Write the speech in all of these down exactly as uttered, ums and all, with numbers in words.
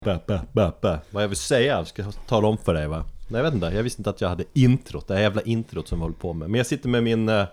Bä, bä, bä, bä. Vad jag vill säga, jag ska tala om för dig, va? Nej, jag vet inte, jag visste inte att jag hade introt. Det här jävla introt som jag håller på med. Men jag sitter med min eh,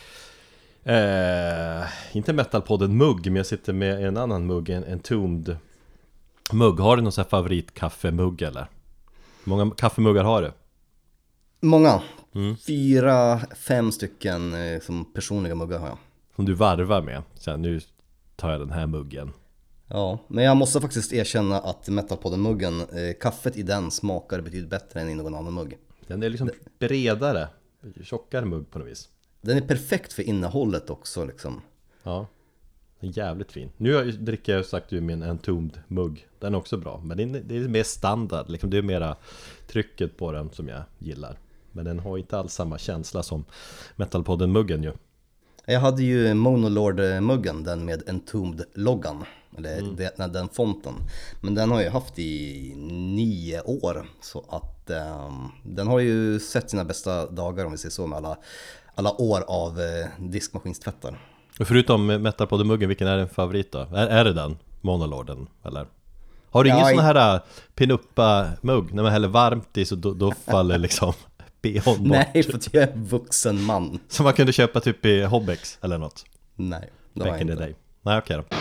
eh, inte Metalpodden mugg, men jag sitter med en annan mugg, en, en Entombed mugg. Har du någon sån här favoritkaffemugg eller? Hur många kaffemuggar har du? Många, Mm. fyra, fem stycken eh, som personliga muggar har jag. Som du varvar med. Så här, nu tar jag den här muggen. Ja, men jag måste faktiskt erkänna att Metalpodden-muggen, eh, kaffet i den smakar betydligt bättre än i någon annan mugg. Den är liksom bredare, tjockare mugg på något vis. Den är perfekt för innehållet också liksom. Ja, den är jävligt fin. Nu dricker jag sagt ur min Entombed mugg. Den är också bra, men det är, det är mer standard liksom. Det är mera trycket på den som jag gillar. Men den har inte alls samma känsla som Metalpodden-muggen ju. Jag hade ju Monolord-muggen, den med Entombed-loggan. Eller Mm. den, den fonten. Men den har jag haft i nio år. Så att um, den har ju sett sina bästa dagar, om vi säger så, med alla, alla år av eh, diskmaskinstvättar. Och förutom Metalpodden-muggen, vilken är din favorit då? Är, är det den? Monolorden, eller? Har du ingen Ja, sån här pinuppa-mugg? När man häller varmt i så då, då faller liksom B H bort. Nej, för att jag är en vuxen man. Som man kunde köpa typ i Hobbex eller något. Nej, det har Back jag in the inte. day. Nej, okej då.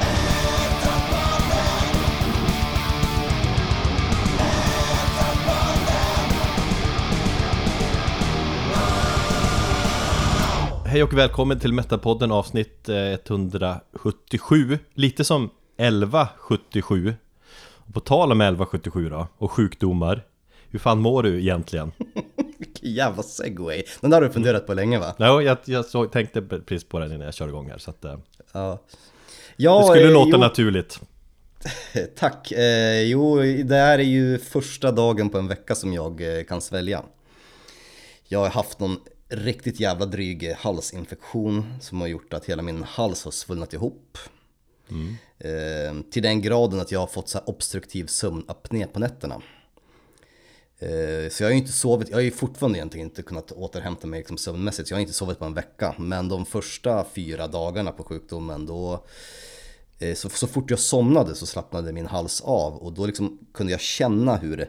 Hej och välkommen till Metalpodden avsnitt etthundrasjuttiosju. Lite som elva sjuttiosju. Och på tal om elva sjuttiosju då, och sjukdomar. Hur fan mår du egentligen? Vilken jävla segway. Den där har du funderat på länge, va? Ja, jag, jag så, tänkte precis på den innan jag körde igång här. Så att, eh, Ja, ja det skulle eh, låta jo, naturligt. tack. Eh, jo, det här är ju första dagen på en vecka som jag eh, kan svälja. Jag har haft någon riktigt jävla dryg halsinfektion som har gjort att hela min hals har svullnat ihop. Mm. Eh, till den graden att jag har fått så här obstruktiv sömnapné på nätterna. Eh, så jag har ju inte sovit, jag har ju fortfarande egentligen inte kunnat återhämta mig liksom sömnmässigt. Så jag har inte sovit på en vecka. Men de första fyra dagarna på sjukdomen då, eh, så, så fort jag somnade så slappnade min hals av. Och då liksom kunde jag känna hur,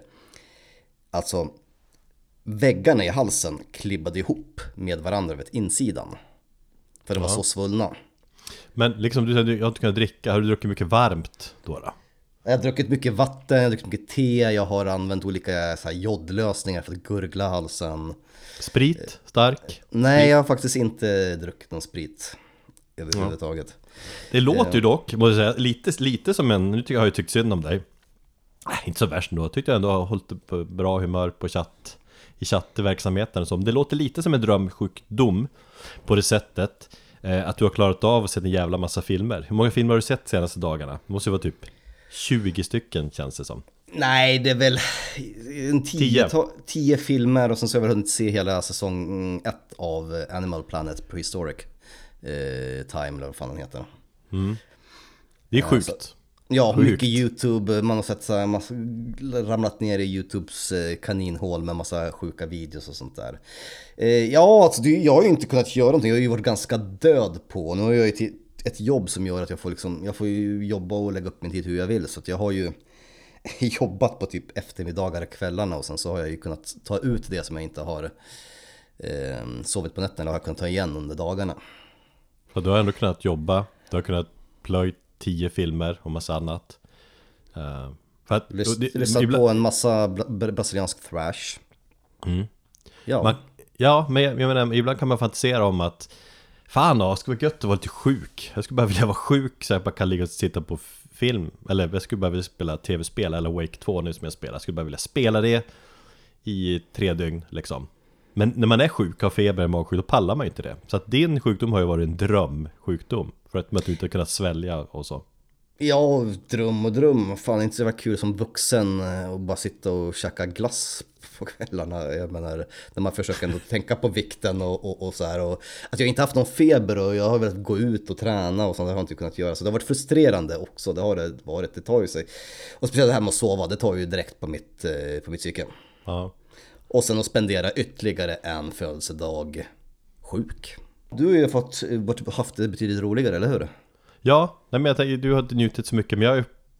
alltså väggarna i halsen klibbade ihop med varandra vid insidan. För det var Ja. så svullna. Men liksom du säger, jag har inte kunnat dricka. Har du druckit mycket varmt då då? Jag har druckit mycket vatten, jag har druckit mycket te, jag har använt olika så här, jodlösningar för att gurgla halsen. Sprit? Stark? Nej, jag har faktiskt inte druckit någon sprit överhuvudtaget. Det låter ju dock, måste jag säga, lite, lite som en, nu tycker jag har ju tyckt synd om dig. Nej, inte så värst ändå, jag tyckte jag ändå har hållit på bra humör på chatt, i chattverksamheten och så. Det låter lite som en drömsjukdom på det sättet eh, att du har klarat av att se en jävla massa filmer. Hur många filmer har du sett de senaste dagarna? Det måste ju vara typ tjugo stycken känns det som. Nej, det är väl en tio, Tio. ta, tio filmer och sen så har jag väl hunnit se hela säsong ett av Animal Planet Prehistoric eh, Time, eller vad fan den heter. Mm. Det är sjukt. så- Ja, Sjukt. mycket YouTube, man har sett så här, massa, ramlat ner i YouTubes eh, kaninhål med massa sjuka videos och sånt där. Eh, ja, alltså det, jag har ju inte kunnat göra någonting, jag har ju varit ganska död på. Nu har jag ju till, ett jobb som gör att jag får liksom, jag får ju jobba och lägga upp min tid hur jag vill. Så att jag har ju jobbat på typ eftermiddagar och kvällarna och sen så har jag ju kunnat ta ut det som jag inte har eh, sovit på nätterna, eller har jag kunnat ta igen under dagarna. Och du har ändå kunnat jobba, du har kunnat plöja tio filmer och massa annat. Uh, för att, Lys- det- Lyssnat ibland- på en massa bra- brasiliansk thrash. Mm. Ja. Man, ja, men jag, jag menar, ibland kan man fantisera om att fan då, ska vara gött att vara lite sjuk. Jag skulle bara vilja vara sjuk så jag bara kan ligga och titta på f- film. Eller jag skulle bara vilja spela tv-spel eller Wake två nu som jag spelar. Jag skulle bara vilja spela det i tre dygn liksom. Men när man är sjuk, har feber, magsjuk, då pallar man ju inte det. Så att din sjukdom har ju varit en drömsjukdom. För att man inte har kunnat svälja och så. Ja, dröm och dröm. Fan, inte så var kul som vuxen och bara sitta och käka glass på kvällarna. Jag menar, när man försöker ändå tänka på vikten och, och, och så här. Och att jag inte haft någon feber och jag har velat gå ut och träna och sånt, det har jag inte kunnat göra. Så det har varit frustrerande också, det har det varit. Det tar ju sig. Och speciellt det här med att sova, det tar ju direkt på mitt, på mitt psyke. Ja. Och sen att spendera ytterligare en födelsedag sjuk. Du har ju fått, haft det betydligt roligare, eller hur? Ja, nej men jag tänker, du har inte njutit så mycket. Men jag har ju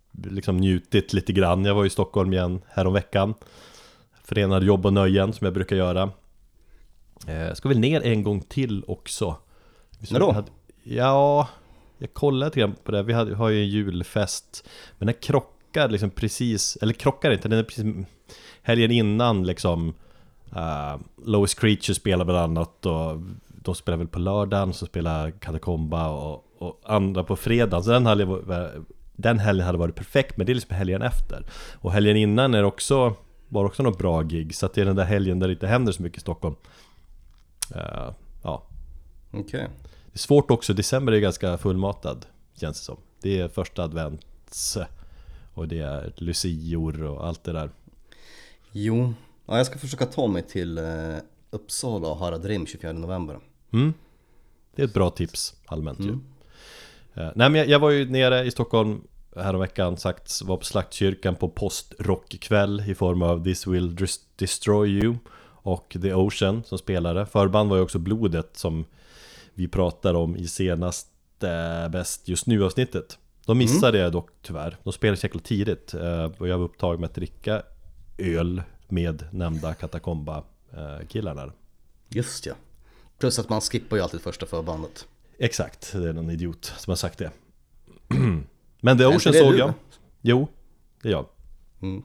liksom njutit lite grann. Jag var i Stockholm igen häromveckan. Förenade jobb och nöjen som jag brukar göra. Jag ska väl ner en gång till också. När då? Hade, ja, jag kollade lite grann på det. Vi hade, har ju en julfest. Men den krockar liksom precis, eller krockar inte, den är precis helgen innan liksom uh, Lowest Creature spelar bland annat. Och de spelar väl på lördagen, så spelar Katakomba och, och andra på fredagen. Så den helgen, den helgen hade varit perfekt, men det är liksom helgen efter. Och helgen innan är också, var också något bra gig. Så att det är den där helgen där det inte händer så mycket i Stockholm. Uh, ja. Okej. Okay. Det är svårt också, december är ganska fullmatad, känns det som. Det är första advents och det är lucior och allt det där. Jo, ja, jag ska försöka ta mig till eh, Uppsala och Haradrim tjugofjärde november. Mm. Det är ett bra tips, allmänt mm. ju. Uh, nej men jag, jag var ju nere i Stockholm häromveckan, sagt, var på Slaktkyrkan på postrockkväll i form av This Will Destroy You och The Ocean som spelade. Förband var ju också Blodet som vi pratar om i senaste Bäst just nu avsnittet. De missade mm. jag dock tyvärr. De spelade så jäkla tidigt och jag var upptagen med att dricka öl med nämnda Katakomba-killarna. Just ja. Plus att man skippar ju alltid första förbandet. Exakt, det är någon idiot som har sagt det. Men The Ocean såg jag. Jo, det är jag. Mm.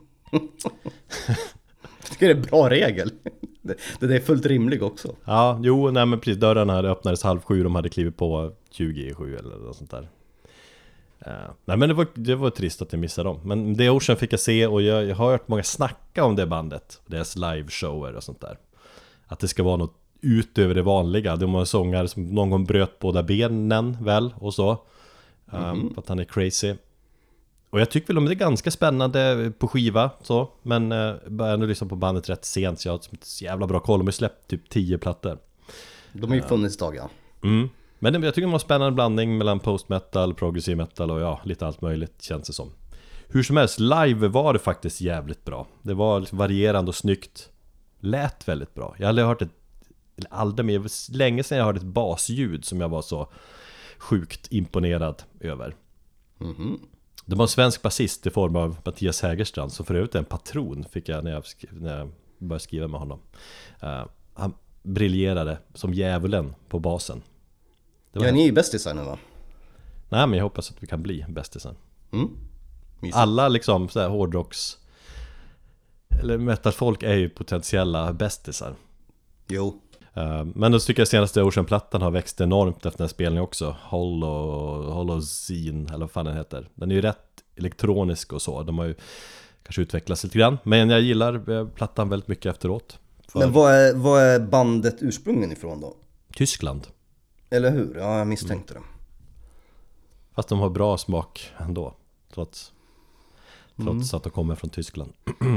Jag tycker det är en bra regel. Det, det är fullt rimligt också. Ja, jo, nej men precis. Dörrarna öppnades halv sju. De hade klivit på tjugo i sju eller något sånt där. Uh, nej men det var, det var trist att jag missade dem. Men The Ocean fick jag se. Och jag, jag har hört många snacka om det bandet. Deras liveshower och sånt där. Att det ska vara något utöver det vanliga. De har sångare som någon gång bröt båda benen väl och så. Um, mm-hmm. För att han är crazy. Och jag tycker väl om det är ganska spännande på skiva så, men eh, började nu lyssna på bandet rätt sent, så jag har så jävla bra koll. De har släppt typ tio plattor. De har ju funnits ett tag, ja. Mm. Men jag tycker det var en spännande blandning mellan post-metal, progressive metal och ja, lite allt möjligt känns det som. Hur som helst, live var det faktiskt jävligt bra. Det var liksom varierande och snyggt. Lät väldigt bra. Jag har aldrig hört ett, eller aldrig, men länge sedan jag hörde ett basljud som jag var så sjukt imponerad över. Mhm. Det var en svensk basist i form av Mattias Hägerstrand, som för övrigt är en patron, fick jag när jag, när jag började skriva med honom. Uh, han briljerade som djävulen på basen. Det var ja, ni är ju bästisar nu va? Nej, men jag hoppas att vi kan bli bästisar. Mm. Alla liksom så här hårdrocks eller metalfolk är ju potentiella bästisar. Jo. Uh, men då tycker jag senaste Ocean-plattan har växt enormt efter den här spelningen också. Hollow, Holozine, eller vad fan den heter. Den är ju rätt elektronisk och så. De har ju kanske utvecklats lite grann. Men jag gillar plattan väldigt mycket efteråt. För... Men vad är, vad är bandet ursprungen ifrån då? Tyskland. Eller hur? Ja, jag misstänkte mm. det. Fast de har bra smak ändå. Trots, trots mm. att de kommer från Tyskland.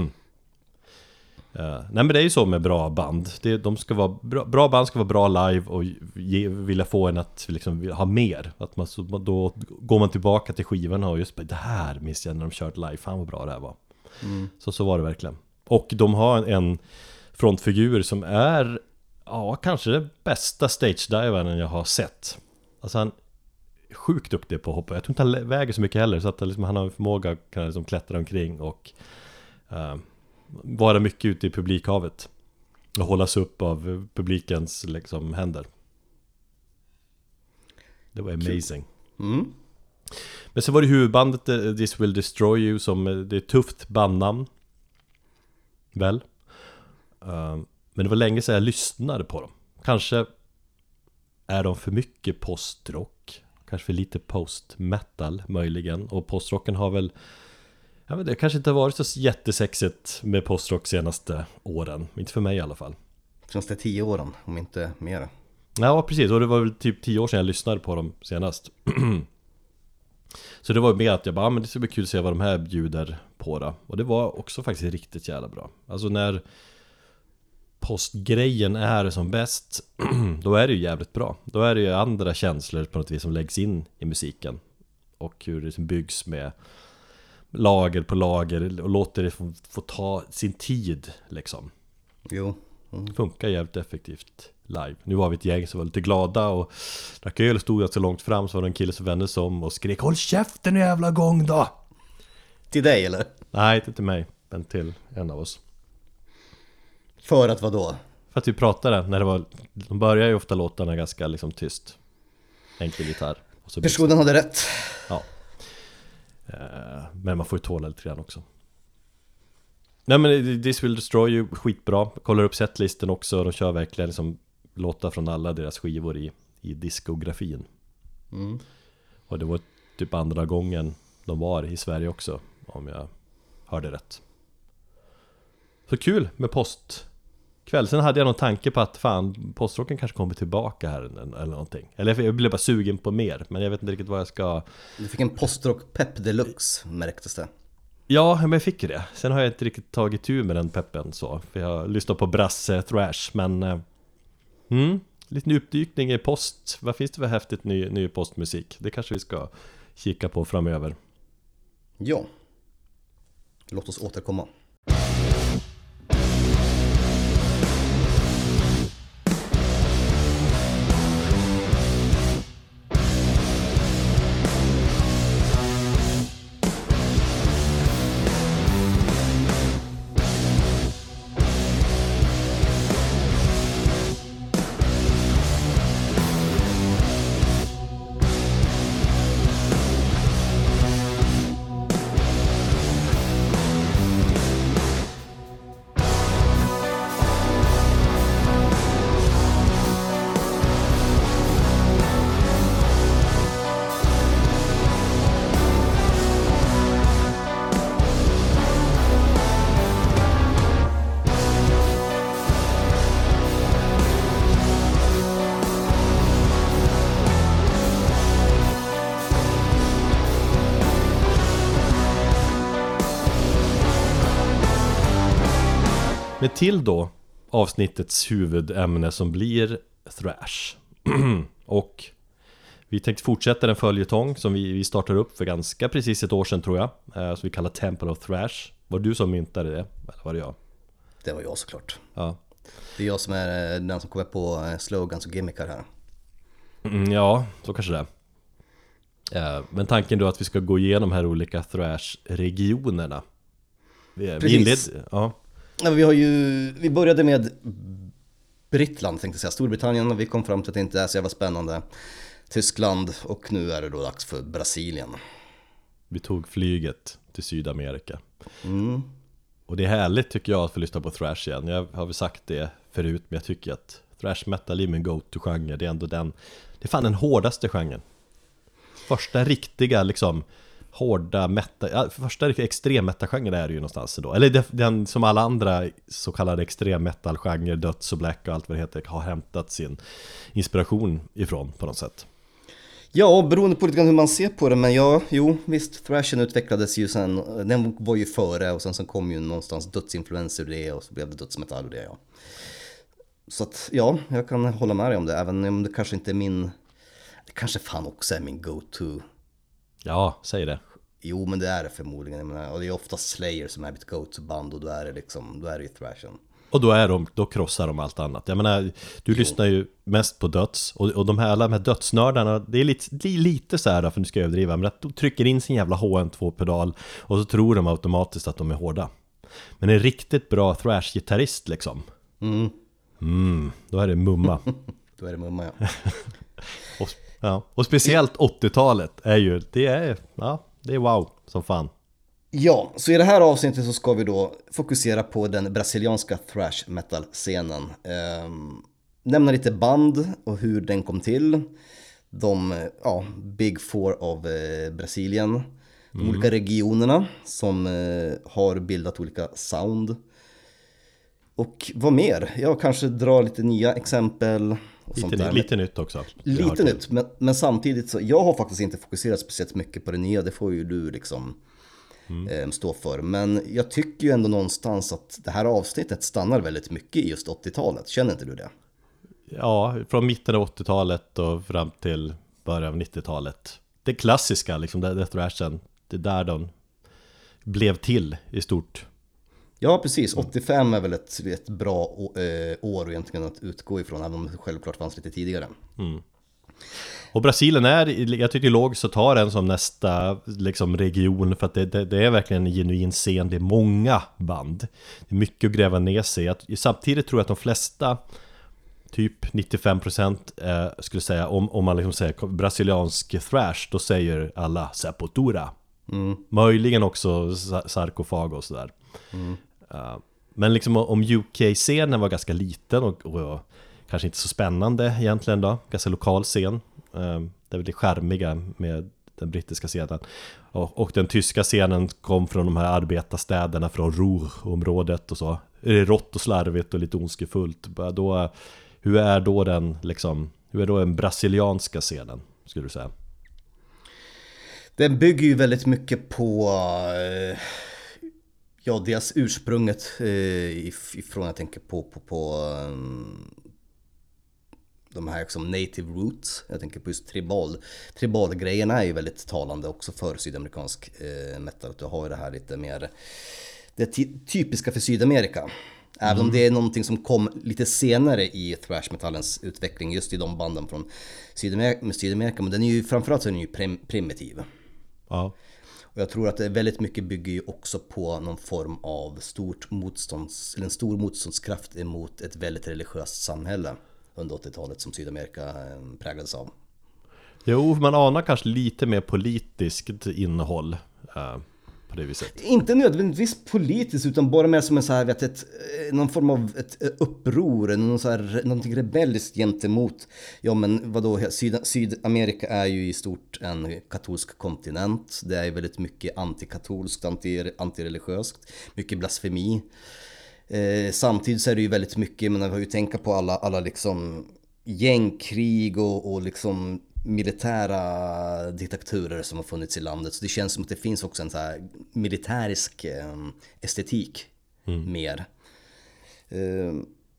Uh, nej men det är ju så med bra band. det, de ska vara, bra, bra band ska vara bra live och ge, vilja få en att liksom ha mer. Att man, så, då går man tillbaka till skivorna och just det här minns jag när de kört live. Fan vad bra det här var. Mm. Så så var det verkligen. Och de har en, en frontfigur som är ja, kanske det bästa stage-divern jag har sett. Alltså han är sjukt duktig på att hoppa. Jag tror inte han väger så mycket heller, så att liksom, han har en förmåga att kan liksom klättra omkring och uh, vara mycket ute i publikhavet och hållas upp av publikens liksom händer. Det var amazing. Mm. Men så var det huvudbandet This Will Destroy You, som det är ett tufft bandnamn väl. Uh, men det var länge sedan jag lyssnade på dem. Kanske är de för mycket postrock, kanske för lite post-metal möjligen. Och postrocken har väl, ja, men det kanske inte har varit så jättesexigt med postrock senaste åren. Inte för mig i alla fall. Senaste tio åren, om inte mer. Ja, precis. Och det var väl typ tio år sedan jag lyssnade på dem senast. Så det var mer att jag bara, ah, men det ska bli kul att se vad de här bjuder på då. Och det var också faktiskt riktigt jävla bra. Alltså när postgrejen är som bäst, då är det ju jävligt bra. Då är det ju andra känslor på något vis som läggs in i musiken. Och hur det byggs med lager på lager och låter det få, få ta sin tid liksom. Jo. Mm. Funkar jävligt effektivt live. Nu var vi ett gäng som var lite glada och drack öl, stod jag så långt fram, så var det en kille som vände sig om och skrek: håll käften jävla gång då! Till dig eller? Nej, inte till mig, men till en av oss. För att vad då? För att vi pratade när det var, de börjar ju ofta låtarna ganska liksom tyst. Enkel gitarr. Och så Personen hade rätt. Ja. Eh, Men man får ju tåla lite grann också. Nej men This Will Destroy You, skitbra. Kollar upp setlisten också. De kör verkligen liksom låtar från alla deras skivor i, i diskografin. Mm. Och det var typ andra gången de var i Sverige också, om jag hörde rätt. Så kul med postkväll. Sen hade jag någon tanke på att fan, postrocken kanske kommer tillbaka här eller någonting. Eller jag blev bara sugen på mer, men jag vet inte riktigt vad jag ska... Du fick en postrock-pepp deluxe, märktes det. Ja, men jag fick ju det. Sen har jag inte riktigt tagit tur med den peppen så. För jag lyssnar på brasse thrash, men... Eh, mm, lite djupdykning i post. Vad finns det för häftigt ny, ny postmusik? Det kanske vi ska kika på framöver. Ja. Låt oss återkomma. Men till då avsnittets huvudämne som blir thrash. Och vi tänkte fortsätta den följetong som vi, vi startade upp för ganska precis ett år sedan tror jag. eh, Som vi kallar Temple of Thrash. Var du som myntade det? Eller var det jag? Det var jag såklart. Ja, Det är jag som är eh, den som kommer på eh, slogans och gimmickar här. mm, ja så kanske det är. eh, Men tanken då att vi ska gå igenom här olika thrash-regionerna. Vi, vi Precis. inled, ja. Ja, vi har ju, vi började med Britland tänkte jag säga, Storbritannien, och vi kom fram till att det inte är så jävla spännande. Tyskland, och nu är det då dags för Brasilien. Vi tog flyget till Sydamerika. Mm. Och det är härligt tycker jag att få lyssna på thrash igen. Jag har väl sagt det förut, men jag tycker att thrash metal är min go-to-genre. Det är ändå den, det är fan den hårdaste genren. Första riktiga liksom hårda metal, ja, första riktiga extrem metal-genren är det ju någonstans då. Eller det, den som alla andra så kallade extrem metal-genre, döds och black och allt vad det heter, har hämtat sin inspiration ifrån på något sätt. Ja, beroende på lite grann hur man ser på det, men ja, jo, visst, thrashen utvecklades ju sen, den var ju före, och sen så kom ju någonstans dödsinfluenser ur det, och så blev det dödsmetall ur det, ja. Så att, ja, jag kan hålla med dig om det, även om det kanske inte är min, det kanske fan också är min go-to. Ja, säg det. Jo, men det är det förmodligen, jag menar, och det är ofta Slayer som är mitt go-to-band, och då är det liksom, då är det ju thrashen. Och då, är de, då krossar de allt annat. Jag menar, du jo. lyssnar ju mest på döds. Och, och de här, alla de här dödsnördarna, det är lite, det är lite så här, för nu ska jag överdriva, men att de trycker in sin jävla H N två-pedal och så tror de automatiskt att de är hårda. Men en riktigt bra thrash-gitarrist liksom. Mm. Mm, då är det mumma. Då är det mumma, ja. och, ja. Och speciellt åttiotalet är ju, det är, ja, det är wow som fan. Ja, så i det här avsnittet så ska vi då fokusera på den brasilianska thrash metal-scenen. Ehm, nämna lite band och hur den kom till. De, ja, Big Four av eh, Brasilien. De mm. olika regionerna som eh, har bildat olika sound. Och vad mer? Jag kanske drar lite nya exempel. Och lite, sånt där. lite nytt också. Lite nytt, men, men samtidigt så, jag har faktiskt inte fokuserat speciellt mycket på det nya. Det får ju du liksom... Mm. stå för. Men jag tycker ju ändå någonstans att det här avsnittet stannar väldigt mycket i just åttiotalet. Känner inte du det? Ja, från mitten av åttiotalet och fram till början av nittiotalet. Det klassiska, liksom, det, det thrashen, det där de blev till i stort. Ja, precis. åttiofem är väl ett, ett bra äh, år egentligen att utgå ifrån, även om det självklart fanns lite tidigare. Mm. Och Brasilien är, jag tycker logiskt så tar den som nästa liksom, region, för att det, det, det är verkligen en genuin scen, det är många band, det är mycket att gräva ner sig. Att, samtidigt tror jag att de flesta, typ nittiofem procent eh, skulle säga, om, om man liksom säger brasiliansk thrash, då säger alla Sepultura. Mm. Möjligen också Sarkofag och sådär. Mm. Uh, men liksom om U K-scenen var ganska liten och, och kanske inte så spännande egentligen då, ganska lokal scen. Uh, det är väl det charmiga med den brittiska scenen. Och, och den tyska scenen kom från de här arbetarstäderna, från Ruhr-området och så. Är det rått och slarvigt och lite ondskefullt? Då, hur är då den liksom, hur är då den brasilianska scenen, skulle du säga? Den bygger ju väldigt mycket på ja, deras ursprunget ifrån, jag tänker på, på, på de här liksom native roots. Jag tänker på just tribal. Tribal-grejerna är ju väldigt talande också för sydamerikansk metal. Du har ju det här lite mer, det typiska för Sydamerika. Även mm. om det är någonting som kom lite senare i thrash-metallens utveckling, just i de banden från Sydamerika, Sydamerika, men den är ju framförallt så är den ju prim- primitiv. Ja. Och jag tror att det väldigt mycket bygger ju också på någon form av stort motstånds, eller en stor motståndskraft emot ett väldigt religiöst samhälle under åttiotalet som Sydamerika präglades av. Jo, man anar kanske lite mer politiskt innehåll uh, på det viset. Inte nödvändigtvis politiskt, utan bara mer som en så här, vet, ett, någon form av ett uppror, någon så här, någonting rebelliskt gentemot. Ja, men vadå, Syd, Sydamerika är ju i stort en katolsk kontinent. Det är väldigt mycket antikatolskt, anti, antireligiöst, mycket blasfemi. Eh, samtidigt så är det ju väldigt mycket, men man har ju tänka på alla, alla liksom gängkrig och, och liksom militära diktaturer som har funnits i landet. Så det känns som att det finns också en så här militärisk eh, estetik mm. mer. Eh,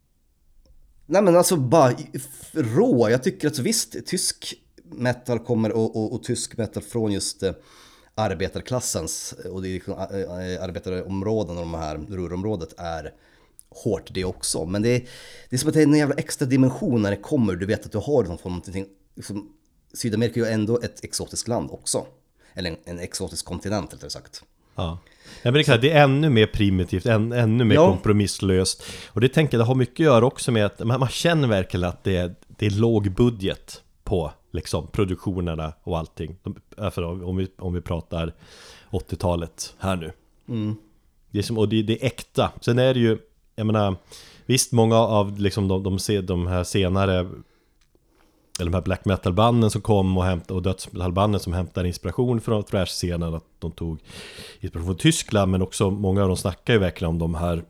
nej men alltså bara rå, jag tycker att visst, tysk metal kommer och, och, och tysk metal från just eh, arbetarklassens och det är arbetarområden och de här rurområdet är hårt det också. Men det är, det är som att det är en jävla extra dimension när det kommer. Du vet att du har någon form av någonting. Liksom, Sydamerika är ju ändå ett exotiskt land också. Eller en, en exotisk kontinent, rättare sagt. Ja. Ja, men det, är klart, det är ännu mer primitivt, än, ännu mer ja. kompromisslöst. Och det tänker jag, det har mycket att göra också med att man, man känner verkligen att det är, det är låg budget på liksom, produktionerna och allting. För om, vi, om vi pratar åttiotalet här nu. Mm. Det är som, och det, det är äkta. Sen är det ju, jag menar, visst många av liksom, de, de, de här senare, eller de här black metal-banden som kom och, hämt, och dödsmetallbanden som hämtar inspiration från thrash-scenen, att de tog inspiration från Tyskland, men också många av dem snackar ju verkligen om de här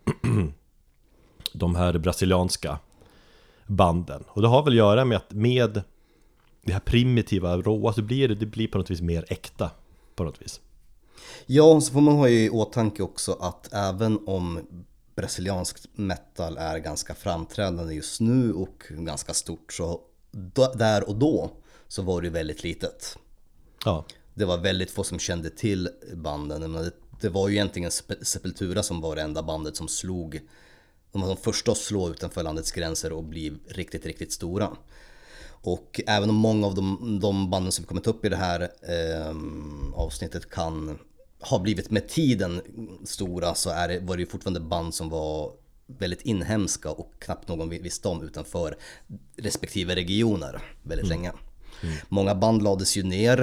de här brasilianska banden. Och det har väl att göra med att med det här primitiva råa så blir det, det blir på något vis mer äkta på något vis. Ja, så får man ha i åtanke också att även om brasiliansk metal är ganska framträdande just nu och ganska stort, så där och då så var det väldigt litet. Ja. Det var väldigt få som kände till banden. Men det, det var ju egentligen Sepultura som var det enda bandet som slog, de var de första att slå utanför landets gränser och bli riktigt, riktigt stora. Och även om många av de, de banden som vi kommit upp i det här eh, avsnittet kan ha blivit med tiden stora, så är det, var det ju fortfarande band som var väldigt inhemska och knappt någon visste om utanför respektive regioner väldigt mm. länge. Mm. Många band lades ju ner.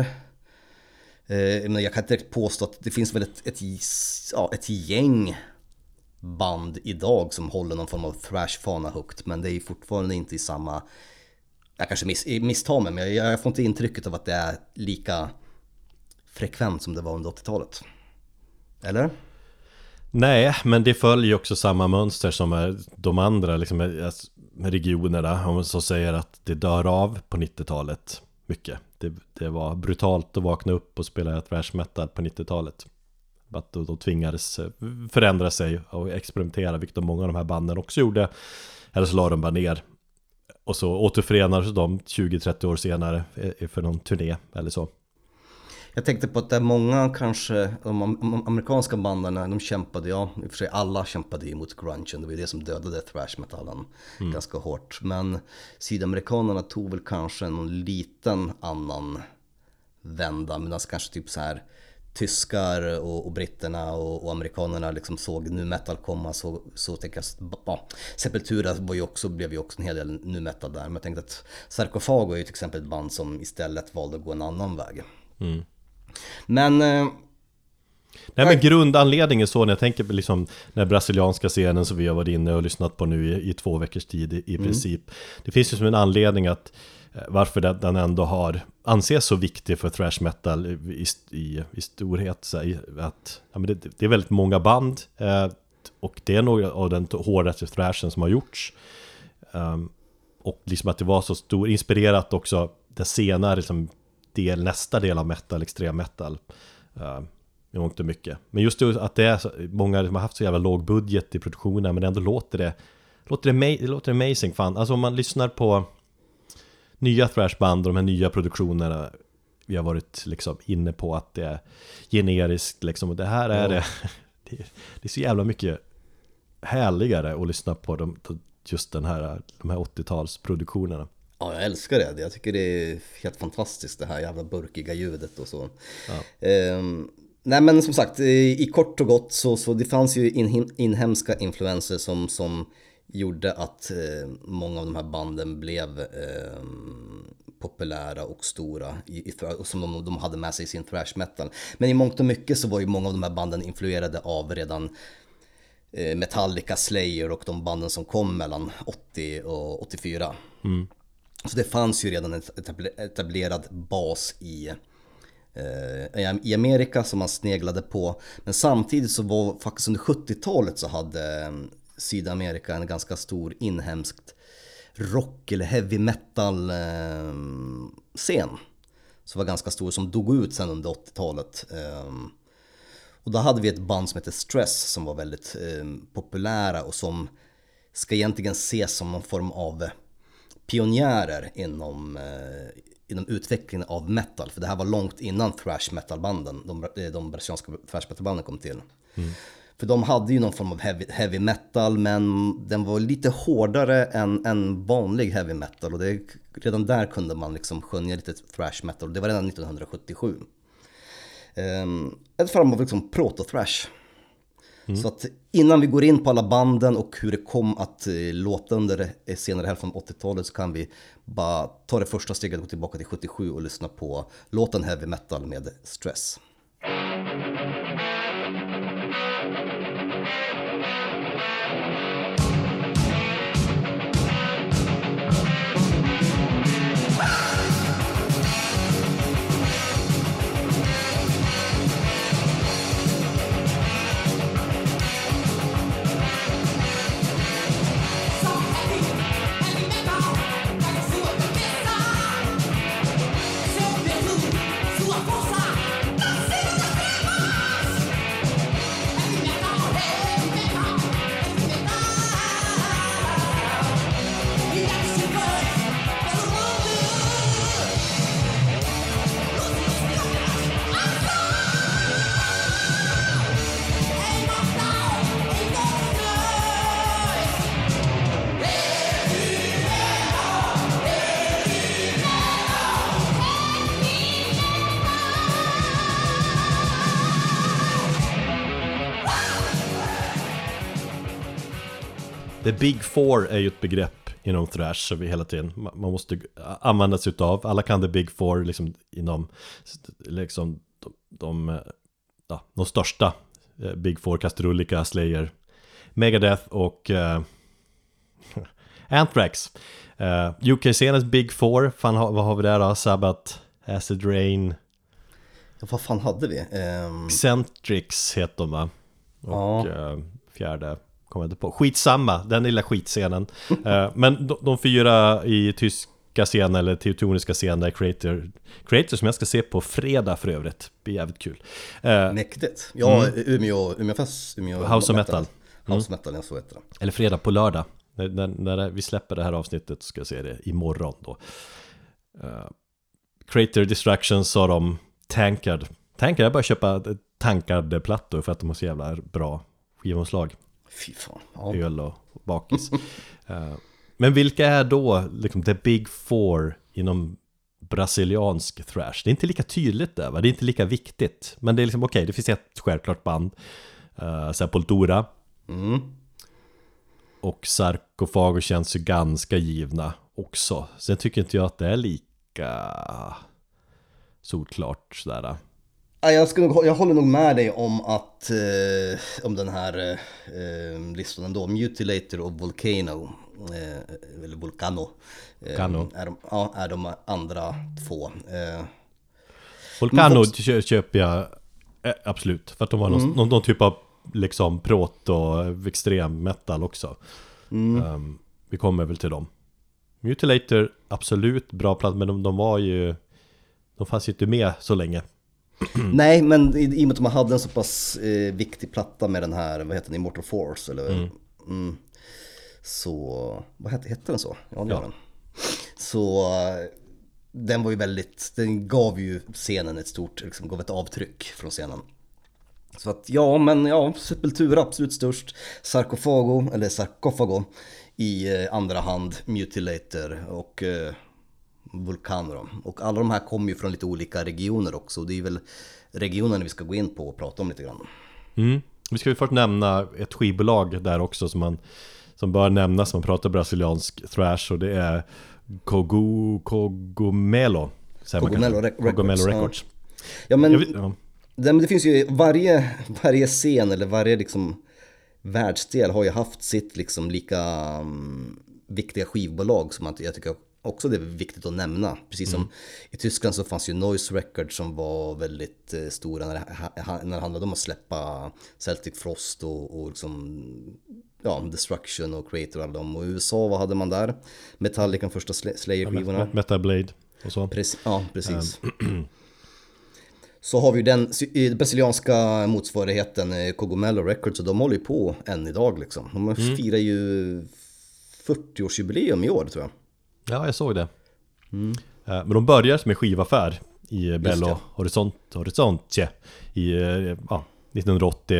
Eh, men jag kan inte direkt påstå att det finns väl ett, ett, ja, ett gäng band idag som håller någon form av thrash-fana högt, men det är fortfarande inte i samma, jag kanske miss, misstar mig, men jag, jag får inte intrycket av att det är lika frekvent som det var under åttiotalet. Eller? Nej, men det följer också samma mönster som är de andra liksom, regionerna. Om man så säger att det dör av på nittiotalet mycket. Det, det var brutalt att vakna upp och spela thrash metal på nittiotalet. Att då, då tvingades förändra sig och experimentera, vilket många av de här banden också gjorde. Eller så la de bara ner. Och så återförenades de tjugo trettio år senare för någon turné eller så. Jag tänkte på att det är många kanske, de amerikanska banden, de kämpade, ja i och för sig alla kämpade emot grungen, det var ju det som dödade thrash-metallen mm. ganska hårt. Men sydamerikanerna tog väl kanske någon liten annan vända, medan kanske typ så här tyskar och, och britterna och, och amerikanerna liksom såg nu metal komma, så, så tänker jag, ja, Sepultura var ju också, blev ju också en hel del nu metal där, men jag tänkte att Sarkofago är ju till exempel ett band som istället valde att gå en annan väg. Mm. Men eh, Nej, men grundanledningen så när jag tänker på liksom den brasilianska scenen som vi har varit inne och lyssnat på nu i, i två veckors tid i, i mm. princip. Det finns ju som en anledning att varför den ändå har anses så viktig för thrash metal i, i, i storhet, så att ja, men det, det är väldigt många band eh, och det är några av den hårdaste thrashen som har gjorts um, och liksom att det var så stor, inspirerat också det senare liksom, del, nästa del av metal, extrem metal uh, i mångt och mycket, men just det, att det är så, många som har haft så jävla låg budget i produktionen, men ändå låter det låter det, det låter amazing fan, alltså om man lyssnar på nya thrashband och de här nya produktionerna vi har varit liksom inne på att det är generiskt liksom, och det här är ja. det, det det är så jävla mycket härligare att lyssna på dem, just den här, de här åttiotalsproduktionerna. Ja, jag älskar det. Jag tycker det är helt fantastiskt det här jävla burkiga ljudet och så. Ja. Um, nej men som sagt, i, i kort och gott så, så det fanns ju in, inhemska influenser som, som gjorde att eh, många av de här banden blev eh, populära och stora i, i, som de, de hade med sig i sin thrash metal. Men i mångt och mycket så var ju många av de här banden influerade av redan eh, Metallica, Slayer och de banden som kom mellan åttio och åttiofyra. Mm. Så det fanns ju redan en etablerad bas i eh, i Amerika som man sneglade på. Men samtidigt så var faktiskt under sjuttiotalet så hade Sydamerika en ganska stor inhemskt rock eller heavy metal eh, scen som var ganska stor, som dog ut sen under åttiotalet. Eh, och då hade vi ett band som heter Stress som var väldigt eh, populära och som ska egentligen ses som någon form av pionjärer inom, eh, inom utvecklingen av metal, för det här var långt innan thrash metal-banden, de, de brasilianska thrash metal-banden kom till. Mm. För de hade ju någon form av heavy, heavy metal, men den var lite hårdare än, än vanlig heavy metal, och det, redan där kunde man liksom skönja lite thrash metal, det var redan nittonhundrasjuttiosju. Um, ett form av liksom proto-thrash. Mm. Så att innan vi går in på alla banden och hur det kom att uh, låta under det senare hälften av åttiotalet, så kan vi bara ta det första steget och gå tillbaka till sjuttiosju och lyssna på låten Heavy Metal med Stress. The Big Four är ju ett begrepp inom thrash som vi hela tiden man måste använda sig utav. Alla kan The Big Four liksom inom liksom de, de, ja, de största Big Four, Castrullica, Slayer, Megadeth och uh, Anthrax. Uh, U K-scenens Big Four, fan, vad har vi där då? Sabbath, Acid Rain. Ja, vad fan hade vi? Um... Eccentrics heter de, va? Och ja. uh, fjärde kommer inte på. Skitsamma, den lilla skitscenen. uh, Men de, de fyra i tyska scenen eller teutoniska scenen är Creator. Creator som jag ska se på fredag för övrigt. Det blir jävligt kul. uh, Mäktigt. Ja, mm. Umeå, Umeå Fest, Umeå House of Metal, metal. House of Metal, mm. Så heter det. Eller fredag på lördag. När, när, när vi släpper det här avsnittet ska jag se det imorgon då. uh, Creator Distractions sa de Tankard. Tankard, jag bara köpa Tankard-plattor för att de har så jävla bra skivomslag. Fy fan. Ja. Öl och bakis. uh, men vilka är då liksom the big four inom brasiliansk thrash? Det är inte lika tydligt där, va? Det är inte lika viktigt. Men det är liksom okej, okay, det finns ett självklart band. Uh, Sepultura. Mm. Och Sarkofago känns ju ganska givna också. Sen tycker inte jag att det är lika solklart sådär. Ja, jag, ska nog, jag håller nog med dig om att eh, om den här eh, listan ändå. Mutilator och Volcano eh, eller Volcano eh, är, de, ja, är de andra två. Eh, Volcano folk... köper jag eh, absolut, för att de har någon, mm. någon, någon typ av liksom prot och extrem metal också. Mm. Um, vi kommer väl till dem. Mutilator, absolut bra plats, men de, de var ju de fanns ju inte med så länge. Nej, men i, i och med att man hade en så pass eh, viktig platta med den här, vad heter den, Immortal Force eller mm. Mm. Så, vad hette, hette den så? Ja, det ja. Den. Så den var ju väldigt, den gav ju scenen ett stort, liksom gav ett avtryck från scenen. Så att ja, men ja, Sepultura absolut störst, Sarkofago eller Sarkofago i eh, andra hand, Mutilator och eh, Volcano då. Och alla de här kommer ju från lite olika regioner också. Det är väl regionerna vi ska gå in på och prata om lite grann. Mm. Vi ska ju först nämna ett skivbolag där också som man som bör nämnas när man pratar brasiliansk thrash, och det är Kogu, Cogumelo Cogumelo, Re- Cogumelo Records. Ja, ja men vet, ja. Det, det finns ju varje, varje scen eller varje liksom världsdel har ju haft sitt liksom lika um, viktiga skivbolag som man, jag tycker också det är viktigt att nämna. Precis som mm. i Tyskland så fanns ju Noise Records som var väldigt eh, stora när det, när det handlade om att släppa Celtic Frost och, och liksom, ja, Destruction och Creator och alla dem. Och i U S A, vad hade man där? Metallica, första Slayer-skivorna. Ja, Metal Blade och så. Prec- ja, precis. Um. Så har vi ju den brasilianska motsvarigheten Cogumelo Records, och de håller ju på än idag liksom. De mm. firar ju fyrtio-årsjubileum i år tror jag. Ja, jag såg det. Mm. Men de börjar med skivaffär i Belo Horizonte, Horizonte i ja, nittonhundraåttio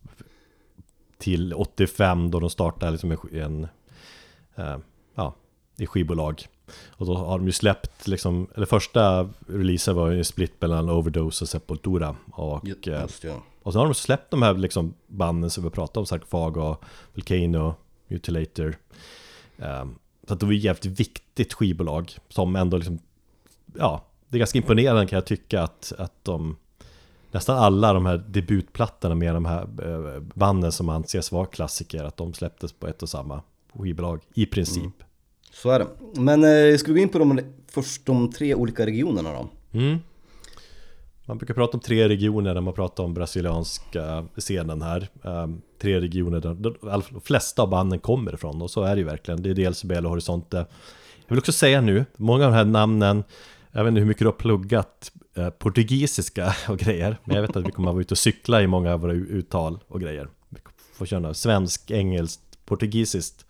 till åttiofem, då de startade liksom en ja, i skivbolag. Och då har de ju släppt liksom, eller första releasen var ju en split mellan Overdose och Sepultura, och just, ja. Och så har de släppt de här liksom banden som vi pratade om, Sarkofago, Volcano, Mutilator. Um, så att det var ju ett jävligt viktigt skivbolag som ändå liksom, ja, det är ganska imponerande kan jag tycka att, att de nästan alla de här debutplattorna med de här eh, banden som anses vara klassiker, att de släpptes på ett och samma skivbolag i princip. Mm. Så är det. Men eh, ska vi gå in på de, först de tre olika regionerna då? Mm. Man brukar prata om tre regioner när man pratar om brasilianska scenen här. Um, tre regioner där de flesta av banden kommer ifrån, och så är det ju verkligen. Det är dels Belo Horizonte. Jag vill också säga nu, många av de här namnen, jag vet inte hur mycket du har pluggat eh, portugisiska och grejer, men jag vet att vi kommer att vara ute och cykla i många av våra uttal och grejer. Vi får köra svensk, engelskt, portugisiskt.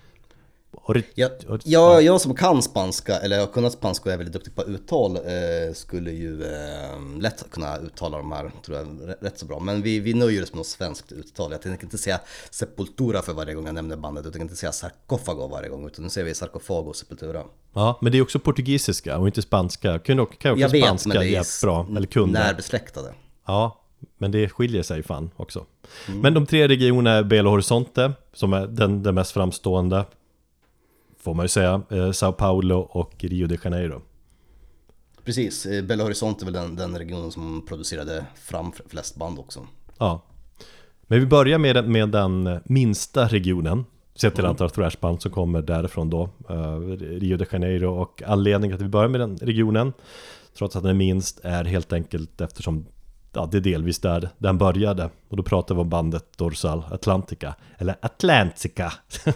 Ja, jag, jag som kan spanska, eller jag har kunnat spanska och är väldigt duktig på uttal, eh, skulle ju eh, lätt kunna uttala de här, tror jag, rätt så bra. Men vi, vi nöjer oss med något svenskt uttal. Jag tänker inte säga Sepultura för varje gång jag nämner bandet. Jag tänker inte säga Sarkofago varje gång, utan nu säger vi Sarkofago och Sepultura. Ja, men det är också portugisiska och inte spanska. Kan också, kan också jag vet, spanska men det är bra, eller kunde. närbesläktade. Ja, men det skiljer sig fan också. Mm. Men de tre regionerna är Belo Horizonte, som är den, den mest framstående, får man ju säga, eh, Sao Paulo och Rio de Janeiro. Precis, Belo Horizonte är väl den, den regionen som producerade fram flest band också. Ja, men vi börjar med, med den minsta regionen, sett till mm. antal thrashband som kommer därifrån då, eh, Rio de Janeiro. Och anledningen att vi börjar med den regionen, trots att den är minst, är helt enkelt eftersom ja, det är delvis där den började. Och då pratar vi om bandet Dorsal Atlantica, eller Atlantica.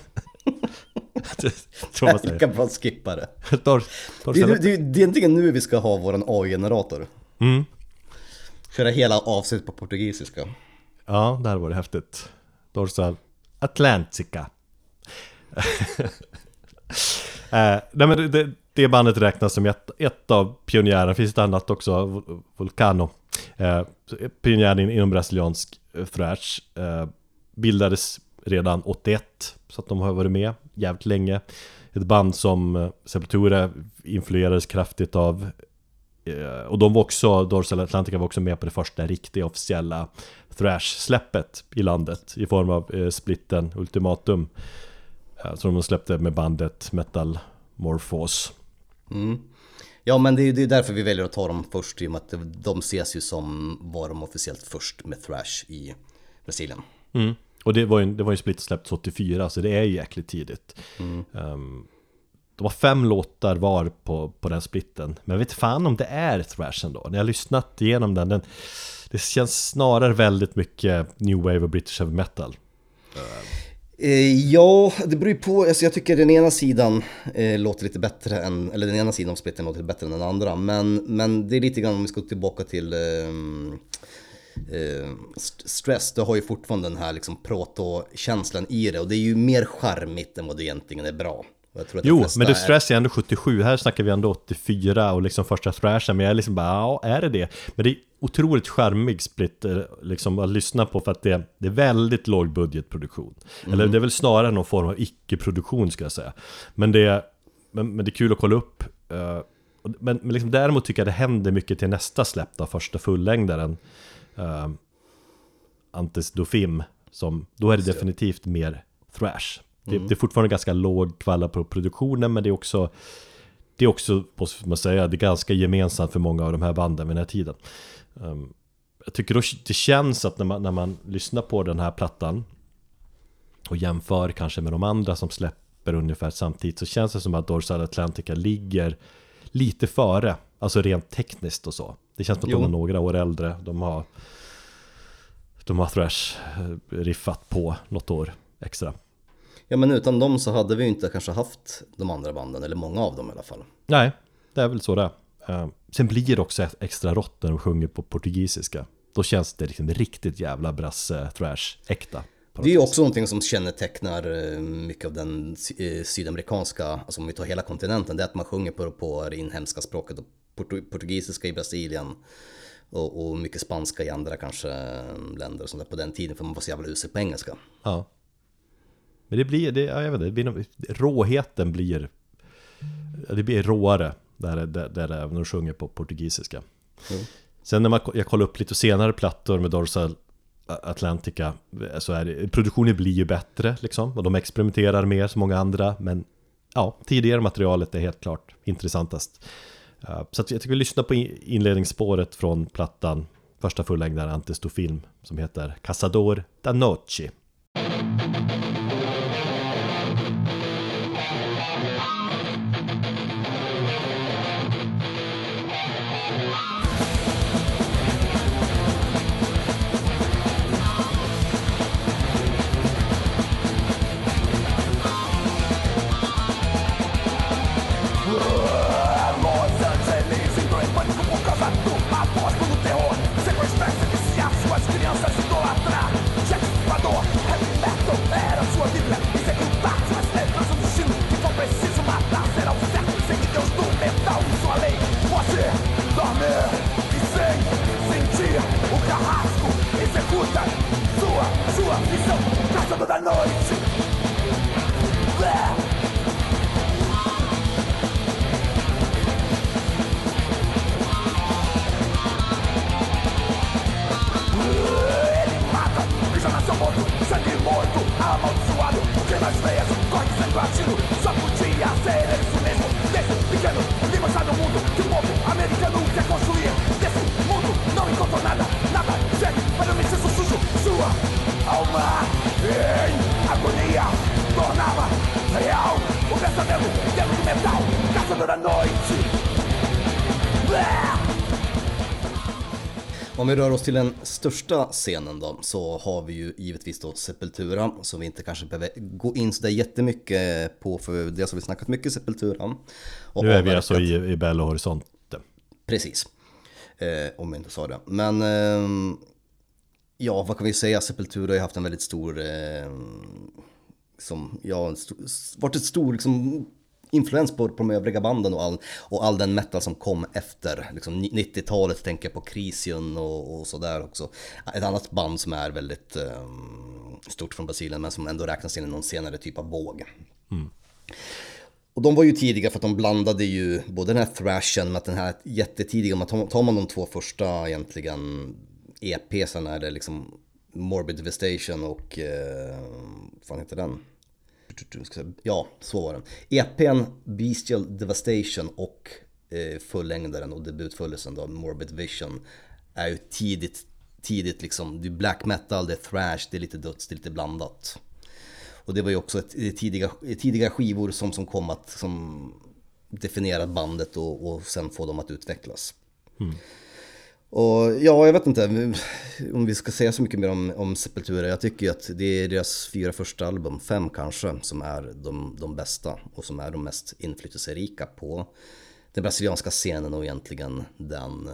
Jag kan bara skippa det. Dor, det, det, det, det är egentligen nu vi ska ha våran A I-generator. Mm. Köra hela avsnitt på portugisiska. Ja, det här var det häftigt. Dorsal Atlantica. eh, nej men det, det bandet räknas som ett, ett av pionjärerna. Finns ett annat också, Vulcano, eh, pionjären inom brasiliansk thrash, eh, bildades redan åttioett, så att de har varit med jävligt länge. Ett band som eh, Sepultura influerades kraftigt av, eh, och de var också, Dorsal Atlantica var också med på det första riktiga officiella thrash-släppet i landet i form av eh, splitten Ultimatum, eh, som de släppte med bandet Metal Morphose. Mm. Ja, men det är, det är därför vi väljer att ta dem först, i och med att de ses ju som var de officiellt först med thrash i Brasilien. Mm. Och det var ju, det var ju split släppt åttiofyra, så det är ju jäkligt tidigt. Mm. Um, det var fem låtar var på, på den splitten. Men jag vet fan om det är thrash ändå. När jag har lyssnat igenom den, den det känns snarare väldigt mycket new wave och British heavy metal. Ja, det beror ju på. Alltså jag tycker den ena sidan eh, låter lite bättre än, eller den ena sidan av splitten låter bättre än den andra. Men, men det är lite grann, om vi ska gå tillbaka till eh, eh, Stress, det har ju fortfarande den här liksom proto-känslan i det. Och det är ju mer charmigt än vad det egentligen är bra. Jag tror att jo, men det är... Stress är ändå sjuttiosju. Här snackar vi ändå åttiofyra och liksom första thrashen. Men jag är liksom bara, ja, är det det? Men det är otroligt charmig split liksom att lyssna på, för att det, det är väldigt låg budgetproduktion. Mm. Eller det är väl snarare någon form av icke-produktion, ska jag säga. Men det, men, men det är kul att kolla upp. Uh, men men liksom, däremot tycker jag det händer mycket till nästa släpp av första fullängdaren. Uh, Antes do Film. Som, då är det definitivt mer thrash. Det, mm. det är fortfarande ganska låg kvalitet på produktionen, men det är också, det är också, måste man säga, det är ganska gemensamt för många av de här banden vid den här tiden. Um, jag tycker då det känns att när man, när man lyssnar på den här plattan och jämför kanske med de andra som släpper ungefär samtidigt, så känns det som att Dorsal Atlantica ligger lite före, alltså rent tekniskt och så. Det känns som att jo. de är några år äldre. De har de har thrash riffat på något år extra. Ja, men utan dem så hade vi ju inte kanske haft de andra banden, eller många av dem i alla fall. Nej, det är väl så det är. Uh, sen blir det också extra rått när de sjunger på portugisiska. Då känns det liksom riktigt jävla brasse thrash äkta. Det är ju också någonting som kännetecknar mycket av den sydamerikanska, alltså om vi tar hela kontinenten, det är att man sjunger på, på det inhemska språket, och portugisiska i Brasilien och, och mycket spanska i andra kanske länder och sånt där på den tiden, för man var så jävla usel på engelska. Ja. Men det blir, det, jag vet inte, det blir, råheten blir, det blir råare där, där, där de sjunger på portugisiska. Mm. Sen när man, jag kollar upp lite senare plattor med Dorsal Atlantica, så är det, produktionen blir ju bättre liksom, och de experimenterar mer som många andra, men ja, tidigare materialet är helt klart intressantast. Uh, så att jag tycker vi lyssnar på inledningsspåret från plattan, första fullängdaren Antes do Film, som heter Cazador da Noche. Om vi rör oss till den största scenen då, så har vi ju givetvis då Sepultura, som vi inte kanske behöver gå in så där jättemycket på, för det har vi snackat mycket Sepultura. Och nu är vi alltså i, i Belo Horizonte. Precis, eh, om jag inte sa det. Men eh, ja, vad kan vi säga, Sepultura har ju haft en väldigt stor, eh, som, ja, stor, varit ett stor liksom influens på, på de övriga banden och all, och all den metal som kom efter. Liksom nittiotalet tänker jag på Crisium och, och sådär också. Ett annat band som är väldigt um, stort från Brasilien men som ändå räknas in i någon senare typ av våg. Mm. Och de var ju tidiga för att de blandade ju både den här thrashen med den här jättetidiga, man tar, tar man de två första egentligen E P-sarna är det liksom Morbid Devastation och eh, vad fan heter den? Ja, så var den. E P:n Bestial Devastation och eh, fullängdaren och debutföljelsen då Morbid Vision är ju tidigt, tidigt liksom, det är black metal, det är thrash, det är lite döds, det är lite blandat. Och det var ju också ett, ett tidiga, ett tidiga skivor som, som kom att som definiera bandet och, och sen få dem att utvecklas. Mm. Och ja, jag vet inte om vi ska säga så mycket mer om, om Sepultura. Jag tycker att det är deras fyra första album, fem kanske, som är de, de bästa och som är de mest inflytelserika på den brasilianska scenen och egentligen den